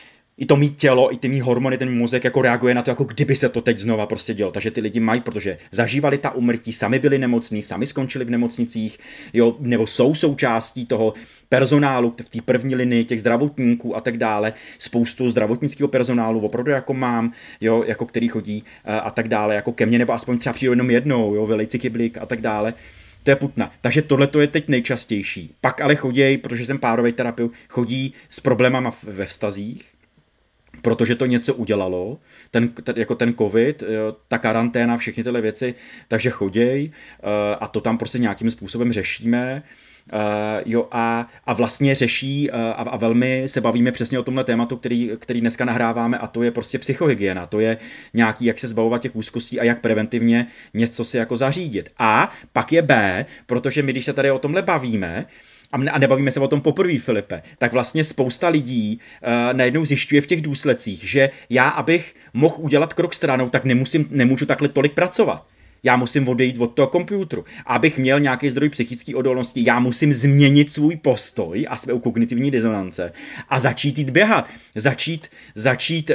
[SPEAKER 3] i to mý tělo, i ty mý hormony, ten mozek jako reaguje na to, jako kdyby se to teď znova prostě dělo. Takže ty lidi mají, protože zažívali ta úmrtí, sami byli nemocní, sami skončili v nemocnicích, jo, nebo jsou součástí toho personálu v té první linii těch zdravotníků a tak dále. Spoustu zdravotnického personálu opravdu jako mám, jo, jako který chodí a tak dále, jako ke mně, nebo aspoň třeba přijde jenom jednou, jo, velice kyblík a tak dále. To je putna. Takže tohle to je teď nejčastější. Pak ale chodí, protože jsem párový terapeut, chodí s problémama ve vztazích, protože to něco udělalo, ten, ten, jako ten covid, jo, ta karanténa, všechny tyhle věci, takže choděj uh, a to tam prostě nějakým způsobem řešíme. Uh, jo, a, a vlastně řeší uh, a, a velmi se bavíme přesně o tomhle tématu, který, který dneska nahráváme, a to je prostě psychohygiena, to je nějaký, jak se zbavovat těch úzkostí a jak preventivně něco si jako zařídit. A pak je B, protože my, když se tady o tomhle bavíme, a nebavíme se o tom poprvé, Filipe, tak vlastně spousta lidí uh, najednou zjišťuje v těch důsledcích, že já, abych mohl udělat krok stranou, tak nemusím, nemůžu takhle tolik pracovat. Já musím odejít od toho počítače. Abych měl nějaký zdroj psychické odolnosti, já musím změnit svůj postoj a svou kognitivní disonance a začít jít běhat. Začít, začít, uh,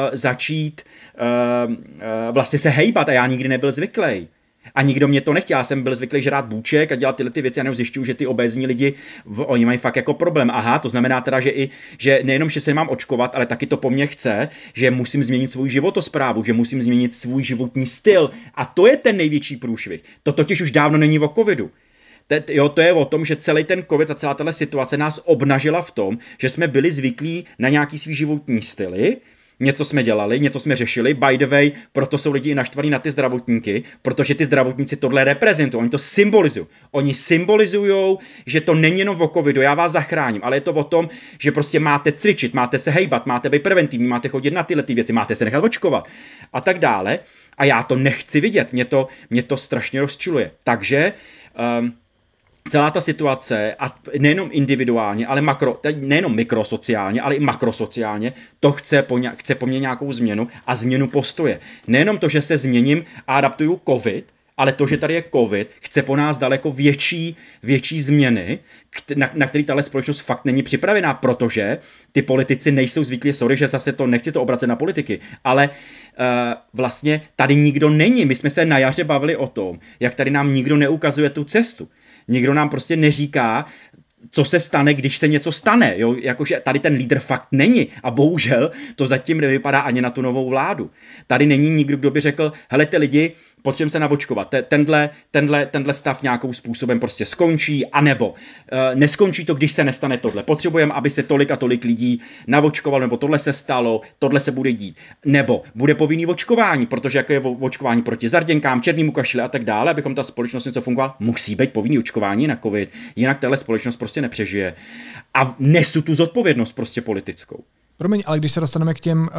[SPEAKER 3] začít uh, uh, vlastně se hejbat a já nikdy nebyl zvyklý. A nikdo mě to nechtěl, já jsem byl zvyklý žrát bůček a dělat tyhle ty věci a nezjišťuju, že ty obézní lidi, oni mají fakt jako problém. Aha, to znamená teda, že i, že nejenom, že se mám očkovat, ale taky to po mně chce, že musím změnit svou životosprávu, že musím změnit svůj životní styl. A to je ten největší průšvih. To totiž už dávno není o covidu. Te, jo, to je o tom, že celý ten covid a celá tahle situace nás obnažila v tom, že jsme byli zvyklí na nějaký svý životní styly, něco jsme dělali, něco jsme řešili, by the way, proto jsou lidi i naštvaní na ty zdravotníky, protože ty zdravotníci tohle reprezentují, oni to symbolizují. Oni symbolizují, že to není jenom o covidu, já vás zachráním, ale je to o tom, že prostě máte cvičit, máte se hejbat, máte být preventivní, máte chodit na tyhle ty věci, máte se nechat očkovat a tak dále. A já to nechci vidět, mě to, mě to strašně rozčiluje. Takže um, celá ta situace, a nejenom individuálně, ale makro, nejenom mikrosociálně, ale i makrosociálně, to chce po, ně, chce po mně nějakou změnu a změnu postoje. Nejenom to, že se změním a adaptuju covid, ale to, že tady je covid, chce po nás daleko větší, větší změny, na, na který tahle společnost fakt není připravená, protože ty politici nejsou zvyklí, sorry, že zase to nechci to obracet na politiky, ale uh, vlastně tady nikdo není. My jsme se na jaře bavili o tom, jak tady nám nikdo neukazuje tu cestu. Nikdo nám prostě neříká, co se stane, když se něco stane. Jo? Jakože tady ten lídr fakt není. A bohužel to zatím nevypadá ani na tu novou vládu. Tady není nikdo, kdo by řekl, hele, ty lidi, potřebujeme se navočkovat. Tenhle, tenhle, tenhle stav nějakým způsobem prostě skončí, anebo uh, neskončí to, když se nestane tohle. Potřebujeme, aby se tolik a tolik lidí navočkovalo, nebo tohle se stalo, tohle se bude dít. Nebo bude povinný očkování, protože jako je očkování proti zarděnkám, černému kašli a tak dále, abychom ta společnost něco fungovala, musí být povinný očkování na covid, jinak tahle společnost prostě nepřežije. A nesu tu zodpovědnost prostě politickou.
[SPEAKER 2] Promiň, ale když se dostaneme k těm,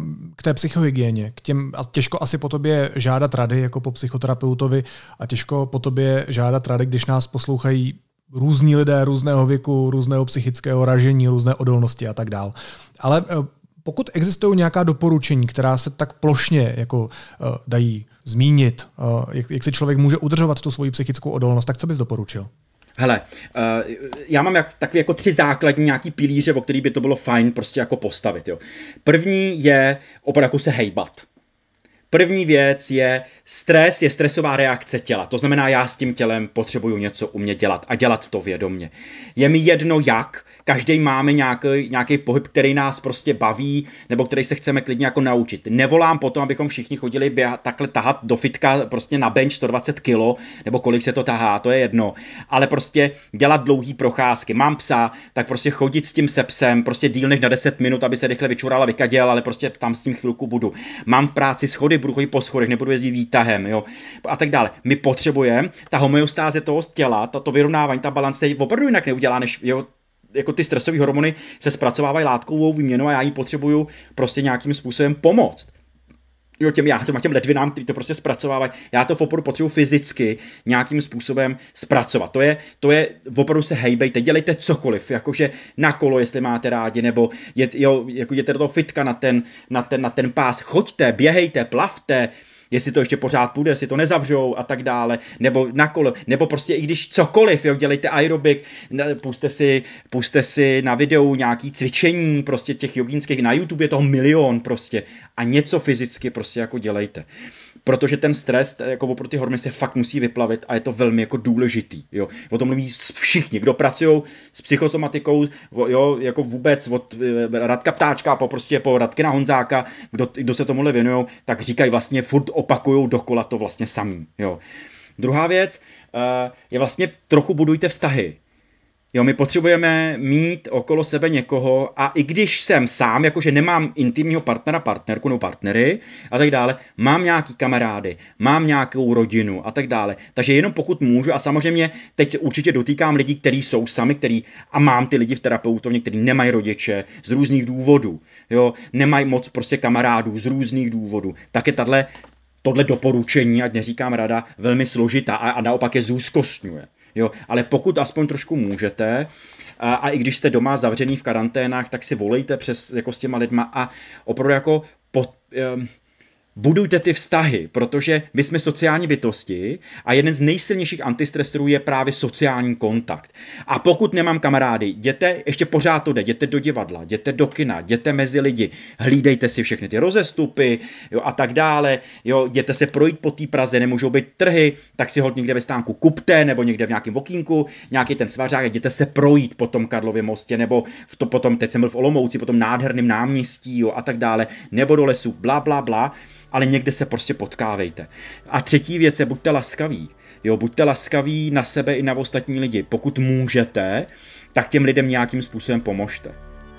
[SPEAKER 2] k té psychohygieně, k těm, a těžko asi po tobě žádat rady jako po psychoterapeutovi a těžko po tobě žádat rady, když nás poslouchají různí lidé různého věku, různého psychického ražení, různé odolnosti a tak dál. Ale pokud existují nějaká doporučení, která se tak plošně jako dají zmínit, jak, jak si člověk může udržovat tu svoji psychickou odolnost, tak co bys doporučil?
[SPEAKER 3] Hele, uh, já mám jak, takový jako tři základní nějaký pilíře, o který by to bylo fajn prostě jako postavit. Jo. První je opravdu jako se hejbat. První věc je stres, je stresová reakce těla. To znamená, já s tím tělem potřebuju něco umět dělat a dělat to vědomě. Je mi jedno jak, každý máme nějaký, nějaký pohyb, který nás prostě baví, nebo který se chceme klidně jako naučit. Nevolám potom, abychom všichni chodili běhat, takhle tahat do fitka prostě na bench sto dvacet kilo, nebo kolik se to tahá, to je jedno. Ale prostě dělat dlouhý procházky. Mám psa, tak prostě chodit s tím se psem, prostě díl než na deset minut, aby se rychle vyčural a vykaděl, ale prostě tam s tím chvilku budu. Mám v práci schody, budu chodit po schodech, nebudu jezdit výtahem, jo, a tak dále. My potřebujeme, ta homeostáze toho těla, to, to vyrovnávání, ta balance opravdu jinak neudělá, než jo, jako ty stresové hormony se zpracovávají látkovou výměnou a já jí potřebuju prostě nějakým způsobem pomoct. jo, těm, já těm ledvinám, který to prostě zpracovávají, já to opravdu potřebuji fyzicky nějakým způsobem zpracovat. To je, to je, opravdu se hejbejte, dělejte cokoliv, jakože na kolo, jestli máte rádi, nebo je, jo, jako jděte do toho fitka na ten, na, ten, na ten pás, choďte, běhejte, plavte, jestli to ještě pořád půjde, jestli to nezavřou a tak dále, nebo na kolo, nebo prostě i když cokoliv, jo, dělejte aerobik, puste si, puste si na videu nějaký cvičení, prostě těch jogínských, na YouTube je toho milion prostě a něco fyzicky prostě jako dělejte. Protože ten stres, jako oproti hormony se fakt musí vyplavit a je to velmi jako důležitý, jo. O tom mluví všichni, kdo pracují s psychosomatikou, jo, jako vůbec od Radka Ptáčka po prostě po Radkina Honzáka, kdo, kdo se tomuhle věnujou, tak říkají vlastně furt opakujou dokola to vlastně samý, jo. Druhá věc je vlastně trochu budujte vztahy. Jo, my potřebujeme mít okolo sebe někoho a i když jsem sám, jakože nemám intimního partnera, partnerku nebo partnery a tak dále, mám nějaký kamarády, mám nějakou rodinu a tak dále. Takže jenom pokud můžu a samozřejmě teď se určitě dotýkám lidí, kteří jsou sami, který, a mám ty lidi v terapeutovně, kteří nemají rodiče z různých důvodů, jo, nemají moc prostě kamarádů z různých důvodů, tak je tahle, tohle doporučení, ať neříkám rada, velmi složitá a, a naopak je zúzkostňuje. Jo, ale pokud aspoň trošku můžete, a, a i když jste doma zavřený v karanténách, tak si volejte přes, jako s těma lidma a opravdu jako pod, um, budujte ty vztahy, protože my jsme sociální bytosti a jeden z nejsilnějších antistresorů je právě sociální kontakt. A pokud nemám kamarády, jděte, ještě pořád to jde, jděte do divadla, jděte do kina, jděte mezi lidi, hlídejte si všechny ty rozestupy, jo, a tak dále, jo, jděte se projít po té Praze, nemůžou být trhy, tak si ho někde ve stánku kupte, nebo někde v nějakém okýnku, nějaký ten svařák, jděte se projít po tom Karlově mostě, nebo v to potom, teď jsem byl v Olomouci, po tom nádherném náměstí, jo, a tak dále, nebo do lesu, bla, bla, bla. Ale někde se prostě potkávejte. A třetí věc je, buďte laskaví. Jo, buďte laskaví na sebe i na ostatní lidi. Pokud můžete, tak těm lidem nějakým způsobem pomožte.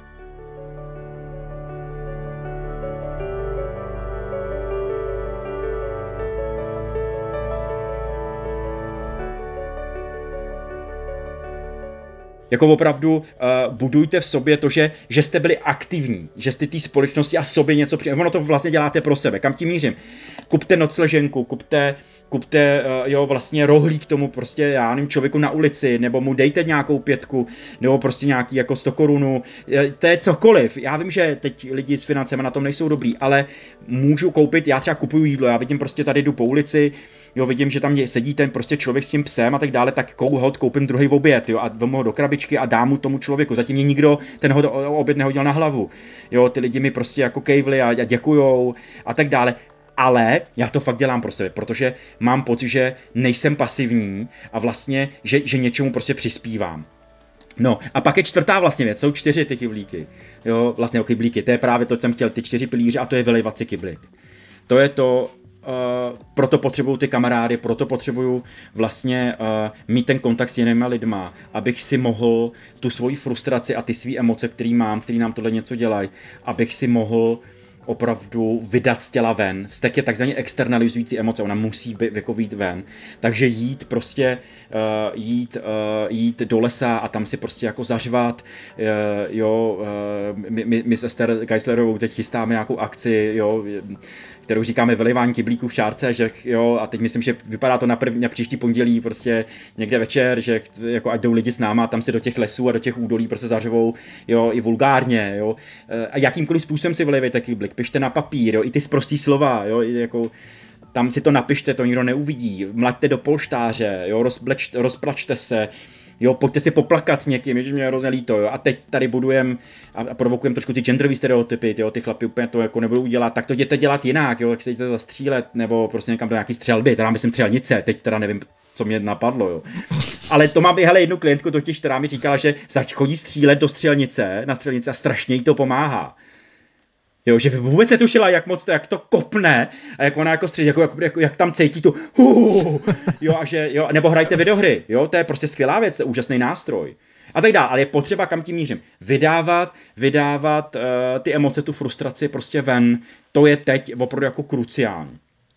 [SPEAKER 3] Jako opravdu uh, budujte v sobě to, že, že jste byli aktivní, že jste té společnosti a sobě něco při... Ono to vlastně děláte pro sebe. Kam tím mířím? Kupte nocleženku, kupte, kupte uh, jo, vlastně rohlík tomu prostě, já nevím, člověku na ulici, nebo mu dejte nějakou pětku, nebo prostě nějaký jako sto korunů, to je cokoliv. Já vím, že teď lidi s financemi na tom nejsou dobrý, ale můžu koupit, já třeba kupuju jídlo, já vidím prostě tady jdu po ulici, jo, vidím, že tam sedí ten prostě člověk s tím psem a tak dále, tak hod koupím druhý oběd, jo, a vemu ho do krabičky a dám mu tomu člověku. Zatím mě nikdo ten oběd nehodil na hlavu. Jo, ty lidi mi prostě jako kejvli a, a děkujou a tak dále. Ale já to fakt dělám pro sebe, protože mám pocit, že nejsem pasivní a vlastně, že, že něčemu prostě přispívám. No a pak je čtvrtá vlastně věc, jsou čtyři ty kyblíky, jo, vlastně o kyblíky, to je právě to, co jsem chtěl, ty čtyři pilíře a to je vylejvat si kyblik. To je to, Uh, proto potřebuju ty kamarády, proto potřebuju vlastně uh, mít ten kontakt s jinýma lidma, abych si mohl tu svoji frustraci a ty svý emoce, který mám, který nám tohle něco dělají, abych si mohl opravdu vydat z těla ven. Vztek je takzvaně externalizující emoce, ona musí být, jako vyjít ven. Takže jít prostě, uh, jít, uh, jít do lesa a tam si prostě jako zařvat, uh, jo, uh, my, my, my s Ester Geislerovou teď chystáme nějakou akci, jo, kterou říkáme vylejvání kyblíků v šárce, že jo, a teď myslím, že vypadá to na, prv, na příští pondělí prostě někde večer, že jako ať jdou lidi s náma tam si do těch lesů a do těch údolí prostě zařvou, jo, i vulgárně, jo, a jakýmkoliv způsobem si vylejvejte kyblík, pište na papír, jo, i ty sprostý slova, jo, i jako tam si to napište, to nikdo neuvidí, mlaďte do polštáře, jo, rozbleč, rozplačte se, jo, pojďte si poplakat s někým, že mě hrozně líto, jo, a teď tady budujem a provokujeme trošku ty genderový stereotypy, jo, ty chlapi úplně to jako nebudou dělat, tak to jděte dělat jinak, jo, tak se jděte zastřílet, nebo prostě někam do nějaký střelby, teda myslím střelnice, teď teda nevím, co mě napadlo, jo. Ale to mám i hele jednu klientku totiž, která mi říkala, že chodí střílet do střelnice, na střelnice a strašně jí to pomáhá. Jo, že vůbec netušila, jak moc to, jak to kopne a jak ona jako střed, jako, jako, jako, jak tam cítí tu huu, jo, a že, jo, nebo hrajte videohry, jo, to je prostě skvělá věc, to je úžasný nástroj. A tak dále, ale je potřeba, kam tím mířím, vydávat, vydávat uh, ty emoce, tu frustraci prostě ven, to je teď opravdu jako kruciální.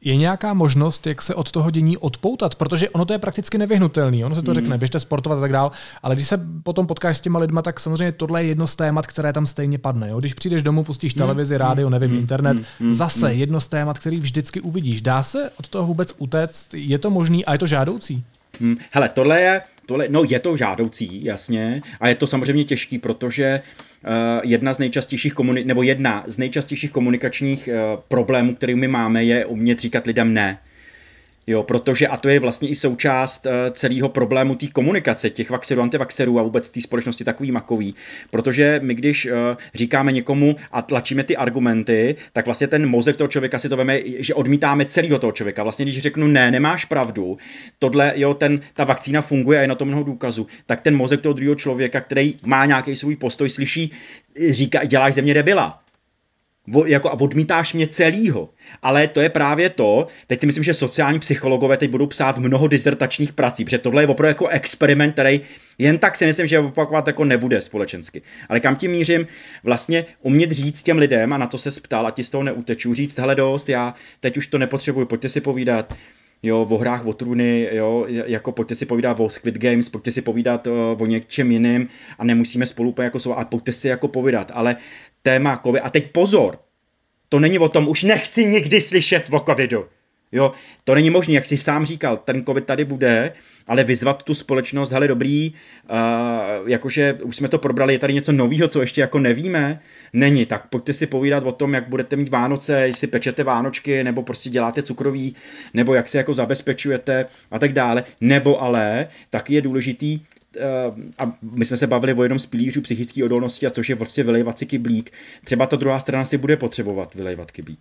[SPEAKER 2] Je nějaká možnost, jak se od toho dění odpoutat? Protože ono to je prakticky nevyhnutelný. Ono se to mm. řekne, běžte sportovat a tak dál, ale když se potom potkáš s těma lidma, tak samozřejmě tohle je jedno z témat, které tam stejně padne. Jo? Když přijdeš domů, pustíš televizi, rádio, nevím, mm. internet, mm. zase mm. jedno z témat, který vždycky uvidíš. Dá se od toho vůbec utéct? Je to možný a je to žádoucí?
[SPEAKER 3] Hmm. Hele, tohle je, tohle, no je to žádoucí, jasně, a je to samozřejmě těžký, protože uh, jedna z nejčastějších komuni- nebo jedna z nejčastějších komunikačních uh, problémů, který my máme, je umět říkat lidem ne. Jo, protože, a to je vlastně i součást uh, celého problému té komunikace, těch vaxerů, antivaxerů a vůbec té společnosti takový makový. Protože my, když uh, říkáme někomu a tlačíme ty argumenty, tak vlastně ten mozek toho člověka si to veme, že odmítáme celého toho člověka. Vlastně, když řeknu ne, nemáš pravdu, tohle, jo, ten, ta vakcína funguje a je na to mnoho důkazů, tak ten mozek toho druhého člověka, který má nějaký svůj postoj, slyší, říká, děláš ze mě debila. Vo, jako, a odmítáš mě celýho. Ale to je právě to, teď si myslím, že sociální psychologové teď budou psát mnoho dizertačních prací, protože tohle je opravdu jako experiment, který jen tak si myslím, že opakovat jako nebude společensky. Ale kam tím mířím, vlastně umět říct těm lidem, a na to se ptal, a ti z toho neuteču, říct, hele dost, já teď už to nepotřebuji, pojďte si povídat, jo, o hrách, o trůny, jo, jako pojďte si povídat o Squid Games, pojďte si povídat o, o něčem jiným a nemusíme spolu úplně jako jsou, a pojďte si jako povídat, ale téma COVID, a teď pozor, to není o tom, už nechci nikdy slyšet o covidu, jo, to není možné, jak jsi sám říkal, ten covid tady bude, ale vyzvat tu společnost, hele dobrý, uh, jakože už jsme to probrali, je tady něco nového, co ještě jako nevíme, není, tak pojďte si povídat o tom, jak budete mít Vánoce, jestli pečete vánočky, nebo prostě děláte cukroví, nebo jak se jako zabezpečujete a tak dále, nebo ale taky je důležitý, Uh, a my jsme se bavili o jednom z pilířů psychické odolnosti, a což je vlastně vylejvat si kyblík. Třeba ta druhá strana si bude potřebovat vylejvat kyblík.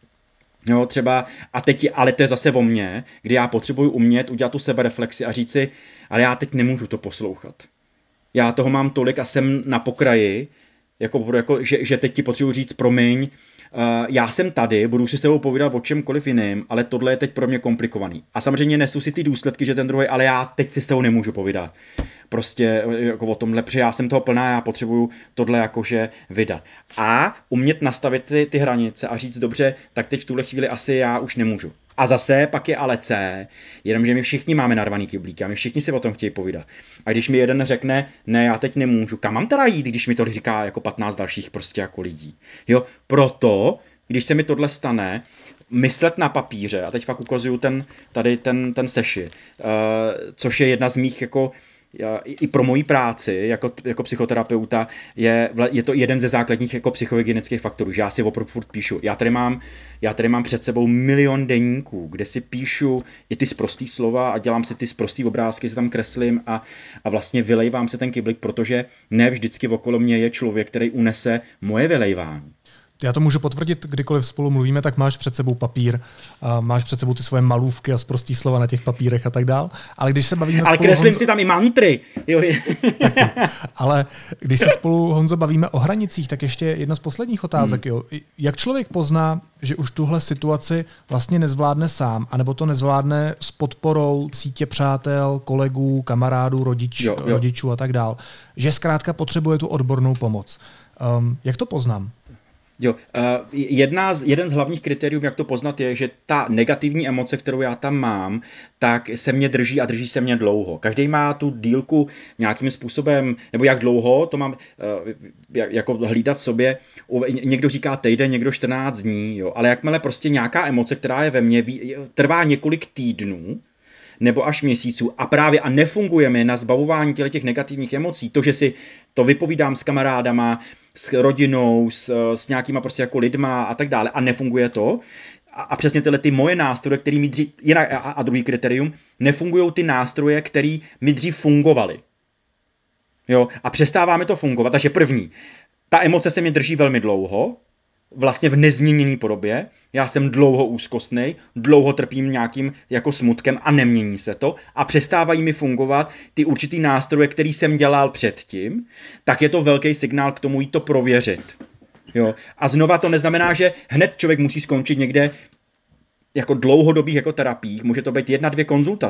[SPEAKER 3] Jo, třeba, a teď, ale to je zase o mně, kdy já potřebuju umět udělat tu sebereflexi a říct si, ale já teď nemůžu to poslouchat. Já toho mám tolik a jsem na pokraji, jako, jako, že, že teď ti potřebuji říct, promiň, Uh, já jsem tady, budu si s tebou povídat o čemkoliv jiným, ale tohle je teď pro mě komplikovaný. A samozřejmě nesu si ty důsledky, že ten druhý, ale já teď si s tebou nemůžu povídat. Prostě jako o tomhle, protože já jsem toho plná, já potřebuju tohle jakože vydat. A umět nastavit ty, ty hranice a říct dobře, tak teď v tuhle chvíli asi já už nemůžu. A zase pak je ale C, jenomže my všichni máme narvaný kyblíky a my všichni si o tom chtějí povídat. A když mi jeden řekne, ne, já teď nemůžu, kam mám teda jít, když mi to říká jako patnáct dalších prostě jako lidí. Jo, proto, když se mi tohle stane, myslet na papíře, a teď fakt ukazuju ten, tady ten, ten sešit, uh, což je jedna z mých jako i pro moji práci jako, jako psychoterapeuta je, je to jeden ze základních jako psychohygienických faktorů, že já si opravdu furt píšu. Já tady mám, já tady mám před sebou milion deníků, kde si píšu i ty sprostý slova a dělám si ty sprostý obrázky, si tam kreslím a, a vlastně vylejvám se ten kyblík, protože ne vždycky okolo mě je člověk, který unese moje vylejvání.
[SPEAKER 2] Já to můžu potvrdit, kdykoliv spolu mluvíme, tak máš před sebou papír, a máš před sebou ty svoje malůvky a sprostý slova na těch papírech a tak dál. Ale když se bavíme
[SPEAKER 3] Ale
[SPEAKER 2] spolu,
[SPEAKER 3] kreslím
[SPEAKER 2] Honzo...
[SPEAKER 3] si tam i mantry. Jo.
[SPEAKER 2] Taky. Ale když se spolu, Honzo, bavíme o hranicích, tak ještě jedna z posledních otázek. Hmm. Jo. Jak člověk pozná, že už tuhle situaci vlastně nezvládne sám, anebo to nezvládne s podporou sítě přátel, kolegů, kamarádů, rodič, jo, jo. rodičů a tak dál. Že zkrátka potřebuje tu odbornou pomoc. Um, jak to poznám?
[SPEAKER 3] Jo, jedna z, jeden z hlavních kritériů, jak to poznat, je, že ta negativní emoce, kterou já tam mám, tak se mě drží a drží se mě dlouho. Každý má tu dílku nějakým způsobem, nebo jak dlouho, to mám jako hlídat v sobě. Někdo říká týden, někdo čtrnáct dní, jo, ale jakmile prostě nějaká emoce, která je ve mně, trvá několik týdnů, nebo až měsíců a právě a nefungujeme na zbavování těch negativních emocí, to, že si to vypovídám s kamarádama, s rodinou, s, s nějakýma prostě jako lidma a tak dále a nefunguje to a, a přesně tyhle ty moje nástroje, které mi dřív, jinak, a, a druhý kritérium, nefungují ty nástroje, které mi dřív fungovaly. Jo, a přestáváme to fungovat, takže první, ta emoce se mě drží velmi dlouho, vlastně v nezměněné podobě. Já jsem dlouho úzkostnej, dlouho trpím nějakým jako smutkem a nemění se to a přestávají mi fungovat ty určitý nástroje, který jsem dělal předtím, tak je to velký signál k tomu jít to prověřit. Jo. A znova to neznamená, že hned člověk musí skončit někde jako dlouhodobých jako terapiích, může to být jedna, dvě konzultace.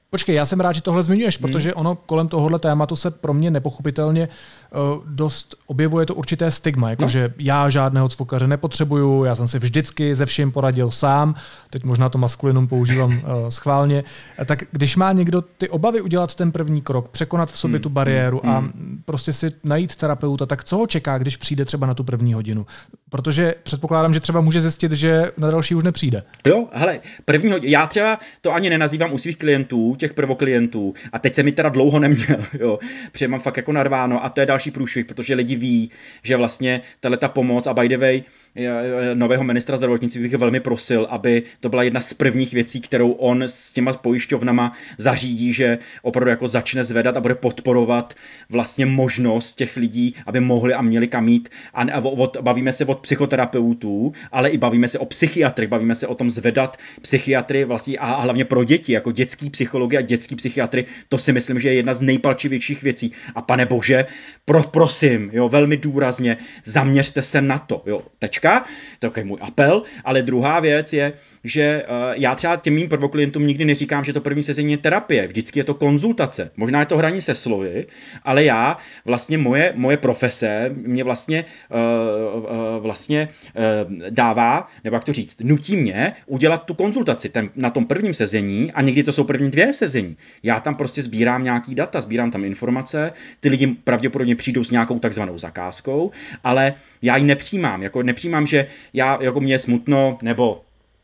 [SPEAKER 2] Počkej, já jsem rád, že tohle zmiňuješ, hmm. protože ono kolem tohohle tématu se pro mě nepochopitelně uh, dost objevuje to určité stigma, jakože no. já žádného cvokaře nepotřebuju, já jsem si vždycky ze vším poradil sám, teď možná to maskulinum používám uh, schválně, tak když má někdo ty obavy udělat ten první krok, překonat v sobě hmm. tu bariéru hmm. a prostě si najít terapeuta, tak co ho čeká, když přijde třeba na tu první hodinu? Protože předpokládám, že třeba může zjistit, že na další už nepřijde.
[SPEAKER 3] Jo, hele, první hodinu, já třeba to ani nenazývám u svých klientů, těch prvoklientů, a teď jsem mi teda dlouho neměl, jo, protože mám fakt jako narváno a to je další průšvih, protože lidi ví, že vlastně tato pomoc a by the way, nového ministra zdravotnictví bych velmi prosil, aby to byla jedna z prvních věcí, kterou on s těma pojišťovnama zařídí, že opravdu jako začne zvedat a bude podporovat vlastně možnost těch lidí, aby mohli a měli kam jít. A od, bavíme se od psychoterapeutů, ale i bavíme se o psychiatrech, bavíme se o tom zvedat psychiatry vlastně a hlavně pro děti, jako dětský psychologi a dětský psychiatry, to si myslím, že je jedna z nejpalčivějších věcí. A pane bože, pro, prosím, jo, velmi důrazně, zaměřte se na to, jo, tečka. To je můj apel, ale druhá věc je, že uh, já třeba těm mým prvoklientům nikdy neříkám, že to první sezení je terapie, vždycky je to konzultace. Možná je to hraní se slovy, ale já vlastně moje, moje profese mě vlastně, uh, uh, vlastně uh, dává, nebo jak to říct, nutí mě udělat tu konzultaci ten, na tom prvním sezení a někdy to jsou první dvě sezení. Já tam prostě sbírám nějaký data, sbírám tam informace, ty lidi pravděpodobně přijdou s nějakou takzvanou zakázkou, ale já ji nepřijímám, jako nepřijímám, že já, jako mě je smutno, nebo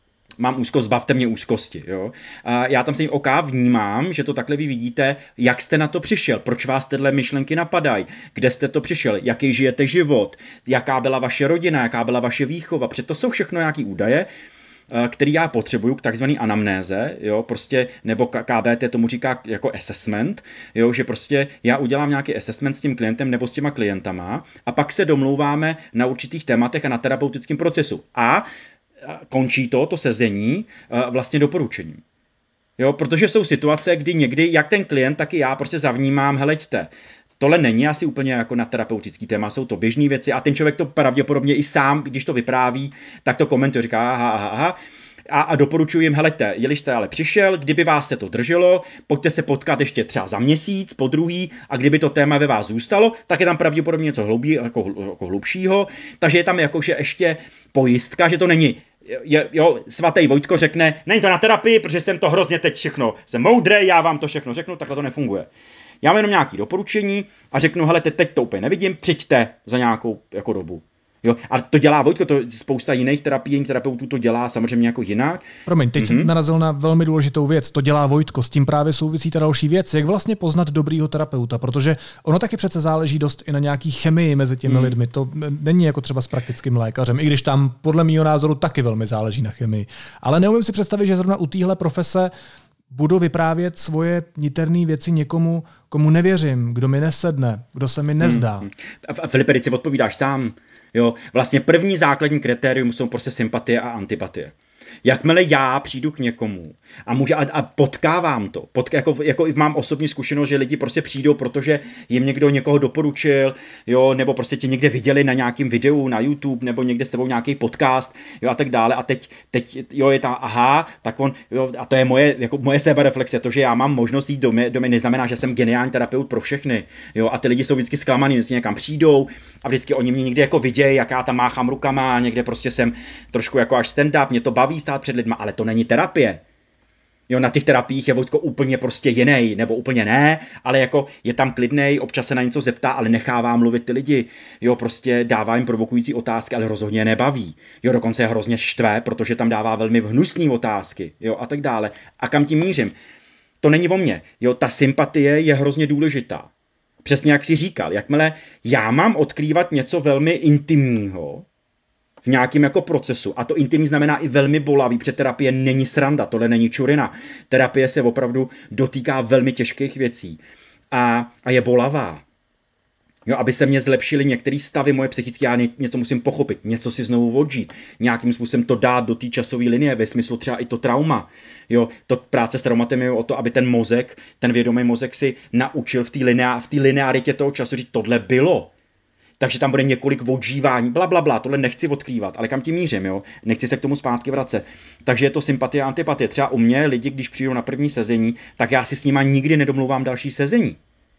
[SPEAKER 3] mám úzkost, zbavte mě úzkosti. Jo? A já tam se jim oká vnímám, že to takhle vy vidíte, jak jste na to přišel, proč vás tyhle myšlenky napadají, kde jste to přišel, jaký žijete život, jaká byla vaše rodina, jaká byla vaše výchova, protože to jsou všechno nějaký údaje, který já potřebuju k takzvané anamnéze, jo, prostě, nebo K B T tomu říká jako assessment, jo, že prostě já udělám nějaký assessment s tím klientem nebo s těma klientama a pak se domlouváme na určitých tématech a na terapeutickém procesu. A končí to, to sezení, vlastně doporučením. Jo, protože jsou situace, kdy někdy, jak ten klient, tak i já prostě zavnímám, heleďte, tohle není asi úplně jako na terapeutický téma, jsou to běžné věci a ten člověk to pravděpodobně i sám, když to vypráví, tak to komentuje, říká aha, aha, aha. A, a doporučuji jim, helejte, jeli jste ale přišel, kdyby vás se to drželo, pojďte se potkat ještě třeba za měsíc, po druhý, a kdyby to téma ve vás zůstalo, tak je tam pravděpodobně něco hloubí, jako, jako hlubšího, takže je tam jakože ještě pojistka, že to není, je, jo, svatý Vojtko řekne, není to na terapii, protože jsem to hrozně teď všechno, jsem moudrý, já vám to všechno řeknu, takhle to nefunguje. Já mám jenom nějaké doporučení a řeknu, hele, teď to úplně nevidím, přijďte za nějakou jako dobu. Jo, a to dělá Vojtko, to spousta jiných terapií, jiných terapeutů to dělá samozřejmě jako jinak.
[SPEAKER 2] Promiň, teď mm-hmm. jsi narazil na velmi důležitou věc, to dělá Vojtko, s tím právě souvisí ta další věc, jak vlastně poznat dobrýho terapeuta, protože ono taky přece záleží dost i na nějaký chemii mezi těmi mm. lidmi, to není jako třeba s praktickým lékařem, i když tam podle mýho názoru taky velmi záleží na chemii. Ale neumím si představit, že zrovna u téhle profese budu vyprávět svoje niterné věci někomu, komu nevěřím, kdo mi nesedne, kdo se mi nezdá. Hmm.
[SPEAKER 3] A Filipe, teď si odpovídáš sám. Jo, vlastně první základní kritérium jsou prostě sympatie a antipatie. Jakmile já přijdu k někomu a, může, a, a potkávám to, potk, jako, jako mám osobní zkušenost, že lidi prostě přijdou, protože jim někdo někoho doporučil, jo, nebo prostě tě někde viděli na nějakém videu na YouTube, nebo někde s tebou nějaký podcast, jo, a tak dále. A teď, teď jo, je tam, aha, tak on, jo, a to je moje, jako moje sebereflexe, to, že já mám možnost jít do mě, do mě neznamená, že jsem geniální terapeut pro všechny, jo, a ty lidi jsou vždycky zklamaný, vždycky někam přijdou a vždycky oni mě někde jako vidějí, jak já tam máchám rukama, někde prostě jsem trošku jako až stand-up, mě to baví stát před lidma, ale to není terapie. Jo, na těch terapiích je Vojtko úplně prostě jiný, nebo úplně ne, ale jako je tam klidnej, občas se na něco zeptá, ale nechává mluvit ty lidi. Jo, prostě dává jim provokující otázky, ale rozhodně je nebaví. Jo, dokonce je hrozně štve, protože tam dává velmi hnusné otázky, jo, a tak dále. A kam tím mířím? To není o mně. Jo, ta sympatie je hrozně důležitá. Přesně jak jsi říkal, jakmile já mám odkrývat něco velmi intimního, v nějakém jako procesu. A to intimní znamená i velmi bolavý, protože terapie není sranda, tohle není čurina. Terapie se opravdu dotýká velmi těžkých věcí a, a je bolavá. Jo, aby se mě zlepšily některé stavy moje psychické, já něco musím pochopit, něco si znovu odžít, nějakým způsobem to dát do té časové linie, ve smyslu třeba i to trauma. Jo, to práce s traumatem je o to, aby ten mozek, ten vědomý mozek si naučil v té lineá, v té linearitě toho času říct, tohle bylo. takže tam bude několik odžívání, bla, bla, bla, tohle nechci odkrývat, ale kam tím mířím, jo? Nechci se k tomu zpátky vracet. Takže je to sympatie a antipatie. Třeba u mě lidi, když přijdou na první sezení, tak já si s nima nikdy nedomluvám další sezení.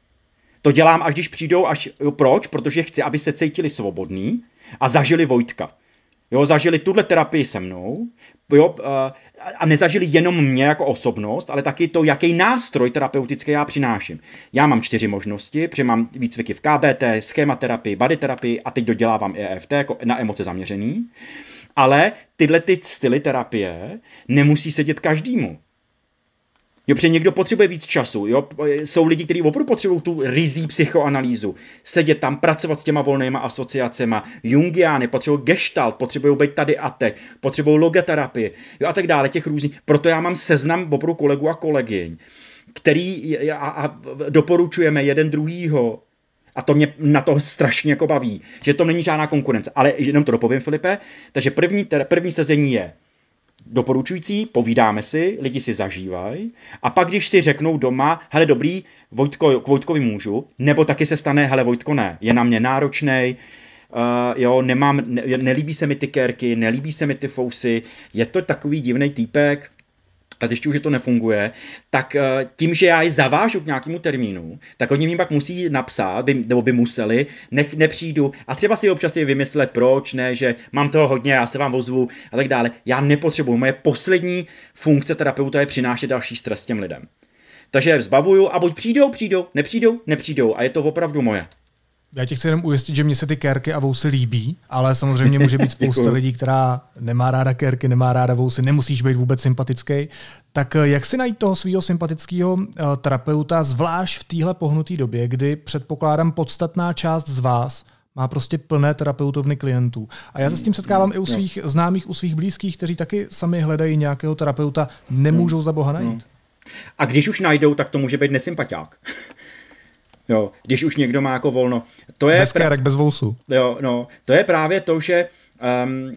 [SPEAKER 3] To dělám, až když přijdou, až, jo, proč? Protože chci, aby se cítili svobodní a zažili Vojtka. Jo, zažili tuhle terapii se mnou, jo, a nezažili jenom mě jako osobnost, ale taky to, jaký nástroj terapeutický já přináším. Já mám čtyři možnosti, protože mám výcviky v K B T, schématerapii, body terapii a teď dodělávám E F T jako na emoce zaměřený. Ale tyhle ty styly terapie nemusí sedět každému. Jo, protože někdo potřebuje víc času, jo? Jsou lidi, kteří opravdu potřebují tu rizí psychoanalýzu, sedět tam, pracovat s těma volnýma asociacema, Jungiány, potřebují gestalt, potřebují být tady a teď, potřebují logoterapii, jo, a tak dále, těch různých. Proto já mám seznam opravdu kolegů a kolegyň, který a, a doporučujeme jeden druhýho. A to mě na to strašně jako baví, že to není žádná konkurence. Ale jenom to dopovím, Filipe, takže první, první sezení je doporučující, povídáme si, lidi si zažívají a pak, když si řeknou doma, hele dobrý, Vojtko, k Vojtkovi můžu, nebo taky se stane, hele Vojtko ne, je na mě náročnej, uh, jo, nemám, ne, nelíbí se mi ty kérky, nelíbí se mi ty fousy, je to takový divný týpek, a zjišťuju, že to nefunguje, tak tím, že já je zavážu k nějakému termínu, tak oni mi pak musí napsat, by, nebo by museli, ne, nepřijdu a třeba si občas je vymyslet, proč, ne, že mám toho hodně, já se vám ozvu a tak dále. Já nepotřebuju, moje poslední funkce terapeuta je přinášet další stres těm lidem. Takže je zbavuju a buď přijdou, přijdou, nepřijdou, nepřijdou a je to opravdu moje.
[SPEAKER 2] Já tě chci jenom ujistit, že mně se ty kérky a vousy líbí, ale samozřejmě může být spousta lidí, která nemá ráda kérky, nemá ráda vousy, nemusíš být vůbec sympatický. Tak jak si najít toho svého sympatického terapeuta, zvlášť v téhle pohnuté době, kdy předpokládám podstatná část z vás má prostě plné terapeutovny klientů. A já se s tím setkávám i u svých známých, u svých blízkých, kteří taky sami hledají nějakého terapeuta, nemůžou za boha najít.
[SPEAKER 3] A když už najdou, tak to může být nesympatiák. Jo, když už někdo má jako volno. To je
[SPEAKER 2] bez kérek, bez vousu.
[SPEAKER 3] Jo, no, to je právě to, že um,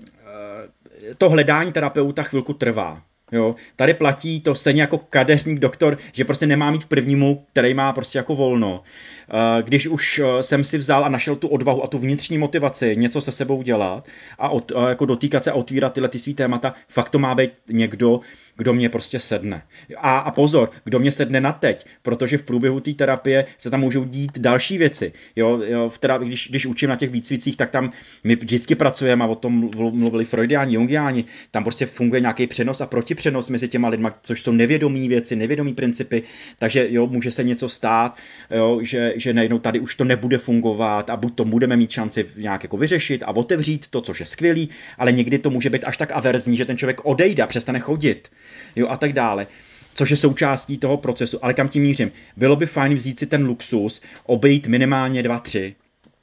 [SPEAKER 3] to hledání terapeuta chvilku trvá. Jo, tady platí to stejně jako kadeřník, doktor, že prostě nemá mít k prvnímu, který má prostě jako volno. Když už jsem si vzal a našel tu odvahu a tu vnitřní motivaci něco se sebou dělat a, od, a jako dotýkat se a otvírat tyhle ty svý témata, fakt to má být někdo, kdo mě prostě sedne. A, a pozor, kdo mě sedne na teď, protože v průběhu té terapie se tam můžou dít další věci. Jo, jo, v terapii, když, když učím na těch výcvicích, tak tam my vždycky pracujeme a o tom mluvili Freudiáni, Jungiáni, tam prostě funguje nějaký přenos a protipřenos mezi těma lidma, což jsou nevědomí věci, nevědomí principy, takže jo, může se něco stát, jo, že, že najednou tady už to nebude fungovat a buď to budeme mít šanci nějak jako vyřešit a otevřít to, což je skvělý, ale někdy to může být až tak averzní, že ten člověk odejde a přestane chodit, jo, a tak dále. Což je součástí toho procesu, ale kam tím mířím? Bylo by fajn vzít si ten luxus, obejít minimálně dva, tři.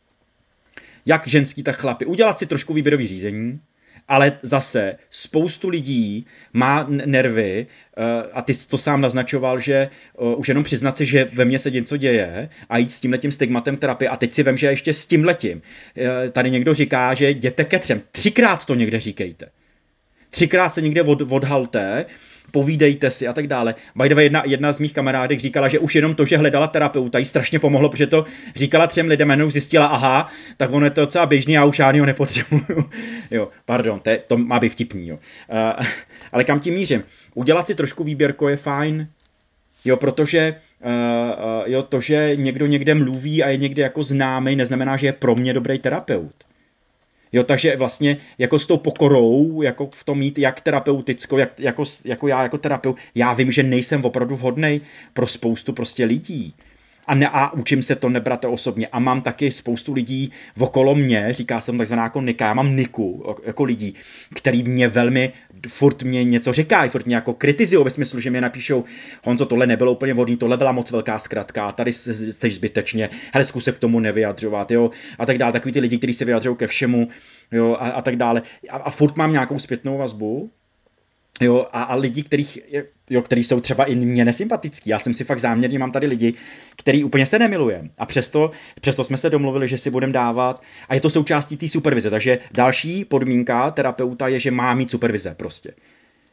[SPEAKER 3] Jak ženský, tak chlapi. Udělat si trošku výběrový řízení, ale zase spoustu lidí má nervy a ty to sám naznačoval, že už jenom přiznat si, že ve mně se něco děje a jít s tímhletím stigmatem terapie a teď si vem, že ještě s tímhletím. Tady někdo říká, že jděte ke třem. Třikrát to někde říkejte. Třikrát se někde od, odhalte, povídejte si a tak dále. By the way, jedna, jedna z mých kamarádek říkala, že už jenom to, že hledala terapeuta, jí strašně pomohlo, protože to říkala třem lidem, jenom zjistila, aha, tak ono je to docela běžný, já už žádnýho nepotřebuju. Jo, pardon, to, je, to má být vtipný, jo. Uh, ale kam tím mířím? Udělat si trošku výběrko je fajn, jo, protože uh, uh, jo, to, že někdo někde mluví a je někde jako známý, neznamená, že je pro mě dobrý terapeut. Jo, takže vlastně jako s tou pokorou, jako v tom mít jak terapeutickou, jak, jako, jako já jako terapeut, já vím, že nejsem opravdu vhodnej pro spoustu prostě lidí. A, ne, a učím se to nebrat osobně. A mám taky spoustu lidí okolo mě, říká jsem takzvaná jako Nika, já mám Niku jako lidí, který mě velmi, furt mě něco říkají, furt mě jako kritizují ve smyslu, že mě napíšou, Honzo, tohle nebylo úplně vhodný, tohle byla moc velká zkratka, tady jsi zbytečně, hele, zkus se k tomu nevyjadřovat, jo, a tak dále. Takový ty lidi, kteří se vyjadřují ke všemu, jo, a, a tak dále. A, a furt mám nějakou zpětnou vazbu. Jo, a, a lidi, kterých, jo, který jsou třeba i mě nesympatický. Já jsem si fakt záměrně, mám tady lidi, který úplně se nemilujem. A přesto, přesto jsme se domluvili, že si budeme dávat. A je to součástí té supervize. Takže další podmínka terapeuta je, že má mít supervize prostě.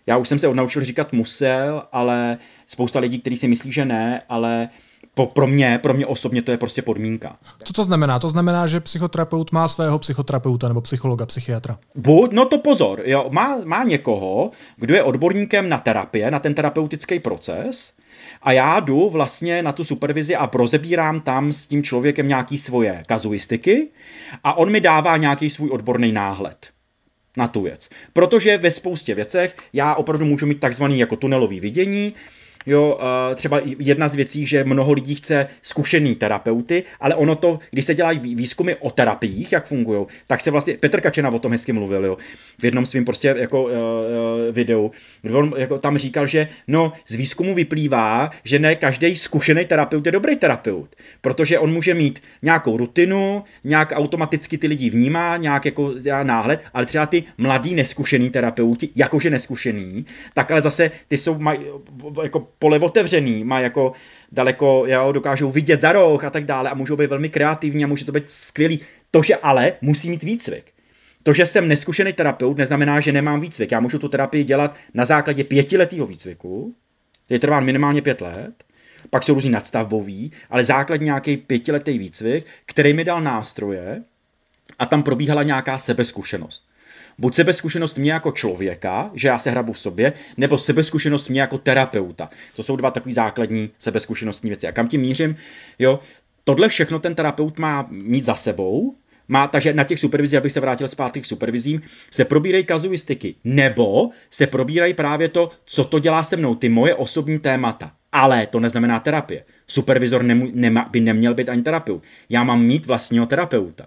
[SPEAKER 3] Já už jsem se odnaučil říkat musel, ale spousta lidí, kteří si myslí, že ne, ale po, pro mě, pro mě osobně to je prostě podmínka.
[SPEAKER 2] Co to znamená? To znamená, že psychoterapeut má svého psychoterapeuta nebo psychologa, psychiatra?
[SPEAKER 3] Buď, no to pozor, jo, má, má někoho, kdo je odborníkem na terapie, na ten terapeutický proces, a já jdu vlastně na tu supervizi a rozebírám tam s tím člověkem nějaký svoje kazuistiky a on mi dává nějaký svůj odborný náhled na tu věc. Protože ve spoustě věcech já opravdu můžu mít takzvaný jako tunelový vidění. Jo, třeba jedna z věcí, že mnoho lidí chce zkušený terapeuty, ale ono to, když se dělají výzkumy o terapiích, jak fungují, tak se vlastně, Petr Kačena o tom hezky mluvil, jo, v jednom svým prostě jako uh, videu, kde on jako tam říkal, že no, z výzkumu vyplývá, že ne každý zkušený terapeut je dobrý terapeut, protože on může mít nějakou rutinu, nějak automaticky ty lidi vnímá, nějak jako náhled, ale třeba ty mladý neskušený terapeuti, jakože neskušený, tak ale zase ty jsou maj, jako pole otevřený, má jako daleko, jo, dokážou vidět za roh a tak dále a můžou být velmi kreativní a může to být skvělý. To, že ale musí mít výcvik. To, že jsem neskušený terapeut, neznamená, že nemám výcvik. Já můžu tu terapii dělat na základě pětiletého výcviku, který trvá minimálně pět let, pak jsou různý nadstavbový, ale základní nějaký pětiletý výcvik, který mi dal nástroje a tam probíhala nějaká sebezkušenost. Buď sebezkušenost mě jako člověka, že já se hrabu v sobě, nebo sebezkušenost mě jako terapeuta. To jsou dva takový základní sebezkušenostní věci. A kam tím mířím? Jo, tohle všechno ten terapeut má mít za sebou, má, takže na těch supervizích, abych se vrátil zpátky k supervizím, se probírají kazuistiky, nebo se probírají právě to, co to dělá se mnou, ty moje osobní témata. Ale to neznamená terapie. Supervizor nemů, nema, by neměl být ani terapeut. Já mám mít vlastního terapeuta.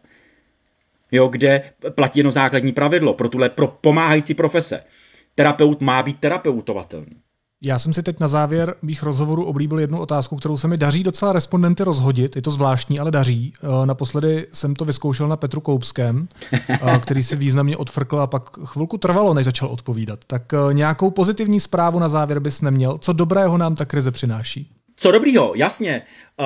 [SPEAKER 3] Jo, kde platí jedno základní pravidlo pro tuhle pro pomáhající profese. Terapeut má být terapeutovatelný.
[SPEAKER 2] Já jsem si teď na závěr mých rozhovorů oblíbil jednu otázku, kterou se mi daří docela respondenty rozhodit. Je to zvláštní, ale daří. Naposledy jsem to vyzkoušel na Petru Koupském, který si významně odfrkl a pak chvilku trvalo, než začal odpovídat. Tak nějakou pozitivní zprávu na závěr bys neměl? Co dobrého nám ta krize přináší?
[SPEAKER 3] Co dobrýho, jasně. Uh,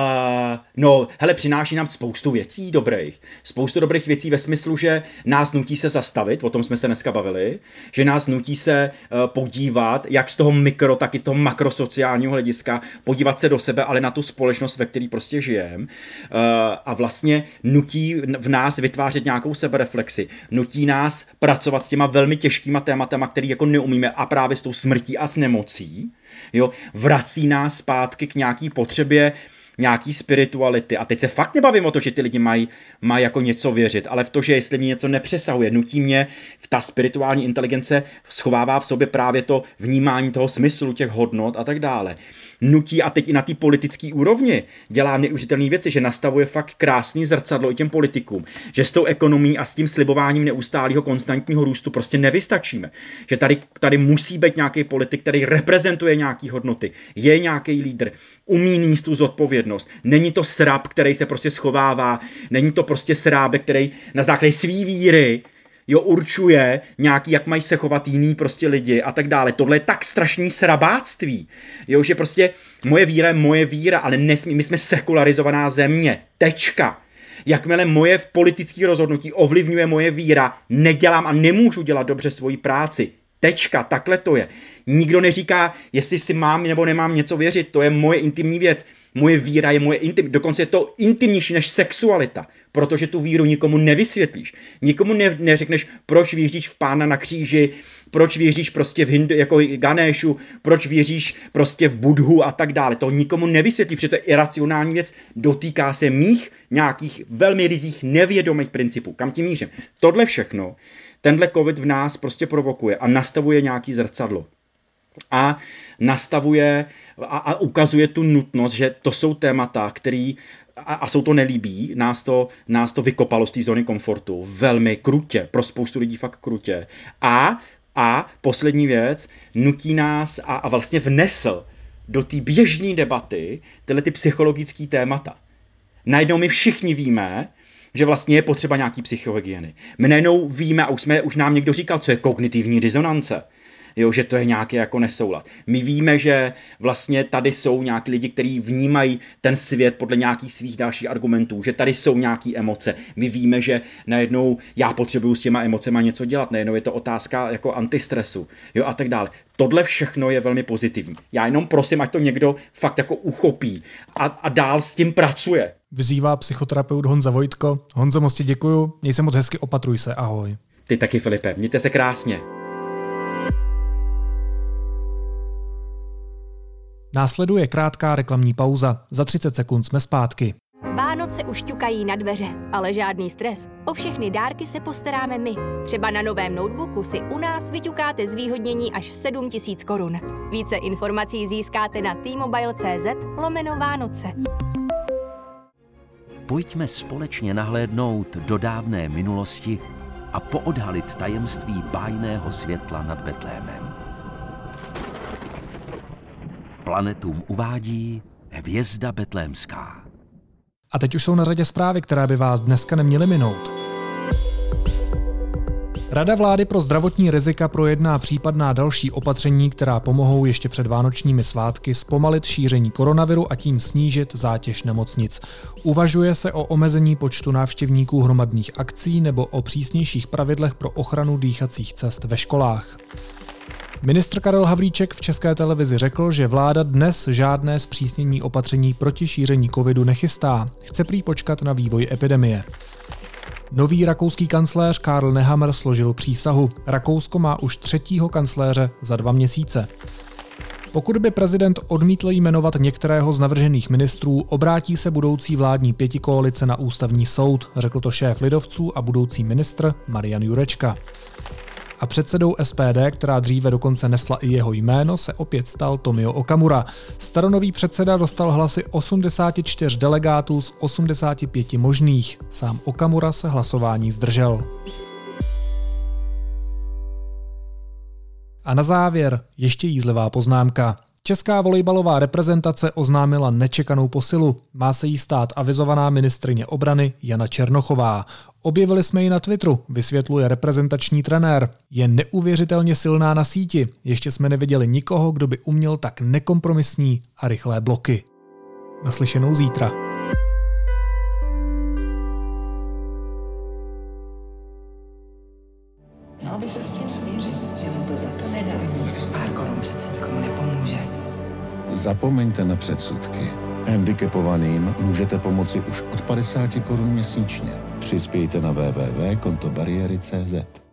[SPEAKER 3] no, hele, přináší nám spoustu věcí dobrých. Spoustu dobrých věcí ve smyslu, že nás nutí se zastavit, o tom jsme se dneska bavili, že nás nutí se uh, podívat, jak z toho mikro, tak i z toho makrosociálního hlediska, podívat se do sebe, ale na tu společnost, ve které prostě žijeme. Uh, a vlastně nutí v nás vytvářet nějakou sebereflexi. Nutí nás pracovat s těma velmi těžkýma tématama, který jako neumíme, a právě s tou smrtí a s nemocí. Jo, vrací nás zpátky k nějaký potřebě nějaký spirituality. A teď se fakt nebavím o to, že ty lidi mají, mají jako něco věřit, ale v to, že jestli mě něco nepřesahuje, nutí mě, ta spirituální inteligence schovává v sobě právě to vnímání toho smyslu, těch hodnot a tak dále. Nutí, a teď i na té politické úrovni dělá neuvěřitelné věci, že nastavuje fakt krásný zrcadlo i těm politikům, že s tou ekonomií a s tím slibováním neustálého konstantního růstu prostě nevystačíme. Že tady, tady musí být nějaký politik, který reprezentuje nějaké hodnoty, je nějaký lídr, umí níst tu zodpovědnost. Není to srab, který se prostě schovává, není to prostě srábek, který na základě svý víry jo, určuje nějaký, jak mají se chovat jiný prostě lidi a tak dále. Tohle je tak strašný srabáctví, jo, že prostě moje víra je moje víra, ale nesmí, my jsme sekularizovaná země, tečka. Jakmile moje politické rozhodnutí ovlivňuje moje víra, nedělám a nemůžu dělat dobře svoji práci. Tečka, takhle to je. Nikdo neříká, jestli si mám nebo nemám něco věřit, to je moje intimní věc. Moje víra je moje intimní, dokonce je to intimnější než sexualita, protože tu víru nikomu nevysvětlíš. Nikomu ne, neřekneš, proč věříš v Pána na kříži, proč věříš prostě v Hindu, jako Ganéšu, proč věříš prostě v Budhu a tak dále. To nikomu nevysvětlíš, protože to je iracionální věc, dotýká se mých nějakých velmi rizích nevědomých principů. Kam tím mířím? Tohle všechno, tenhle covid v nás prostě provokuje a nastavuje nějaký zrcadlo. A nastavuje a, a ukazuje tu nutnost, že to jsou témata, které a, a jsou to nelíbí, nás to, nás to vykopalo z té zóny komfortu velmi krutě, pro spoustu lidí fakt krutě. A, a poslední věc, nutí nás a, a vlastně vnesl do té běžné debaty tyhle ty psychologické témata. Najednou my všichni víme, že vlastně je potřeba nějaký psychohygieny. My najednou víme, a už, jsme, už nám někdo říkal, co je kognitivní disonance. jo, že to je nějaký jako nesoulad. My víme, že vlastně tady jsou nějaký lidi, kteří vnímají ten svět podle nějakých svých dalších argumentů, že tady jsou nějaké emoce. My víme, že najednou já potřebuju s těma emocema něco dělat, najednou je to otázka jako antistresu, jo, a tak dále. Tohle všechno je velmi pozitivní. Já jenom prosím, ať to někdo fakt jako uchopí a, a dál s tím pracuje.
[SPEAKER 2] Vyzývá psychoterapeut Honza Vojtko. Honzo, moc ti děkuju, měj se moc hezky, opatruj se, ahoj.
[SPEAKER 3] Ty taky, Filipe, mějte se krásně.
[SPEAKER 2] Následuje krátká reklamní pauza. Za třicet sekund jsme zpátky.
[SPEAKER 1] Vánoce už ťukají na dveře, ale žádný stres. O všechny dárky se postaráme my. Třeba na novém notebooku si u nás vyťukáte zvýhodnění až sedm tisíc korun. Více informací získáte na t-mobile.cz lomeno Vánoce.
[SPEAKER 4] Pojďme společně nahlédnout do dávné minulosti a poodhalit tajemství bájného světla nad Betlémem. Planetům uvádí Hvězda betlémská.
[SPEAKER 2] A teď už jsou na řadě zprávy, které by vás dneska neměly minout. Rada vlády pro zdravotní rizika projedná případná další opatření, která pomohou ještě před vánočními svátky zpomalit šíření koronaviru a tím snížit zátěž nemocnic. Uvažuje se o omezení počtu návštěvníků hromadných akcí nebo o přísnějších pravidlech pro ochranu dýchacích cest ve školách. Ministr Karel Havlíček v České televizi řekl, že vláda dnes žádné zpřísnění opatření proti šíření covidu nechystá. Chce prý počkat na vývoj epidemie. Nový rakouský kancléř Karl Nehammer složil přísahu. Rakousko má už třetího kancléře za dva měsíce. Pokud by prezident odmítl jmenovat některého z navržených ministrů, obrátí se budoucí vládní pětikoalice na ústavní soud, řekl to šéf lidovců a budoucí ministr Marian Jurečka. A předsedou S P D, která dříve dokonce nesla i jeho jméno, se opět stal Tomio Okamura. Staronový předseda dostal hlasy osmdesát čtyři delegátů z osmdesát pět možných. Sám Okamura se hlasování zdržel. A na závěr ještě jízlivá poznámka. Česká volejbalová reprezentace oznámila nečekanou posilu. Má se jí stát avizovaná ministryně obrany Jana Černochová. Objevili jsme ji na Twitteru, vysvětluje reprezentační trenér. Je neuvěřitelně silná na síti. Ještě jsme neviděli nikoho, kdo by uměl tak nekompromisní a rychlé bloky. Naslyšenou zítra.
[SPEAKER 5] Měl by se s tím smířit, že mu to za to nedá. Pár korun přece nikomu nepomůže.
[SPEAKER 6] Zapomeňte na předsudky. Handicapovaným můžete pomoci už od padesát korun měsíčně. Přispějte na w w w tečka kontobariéry tečka cz.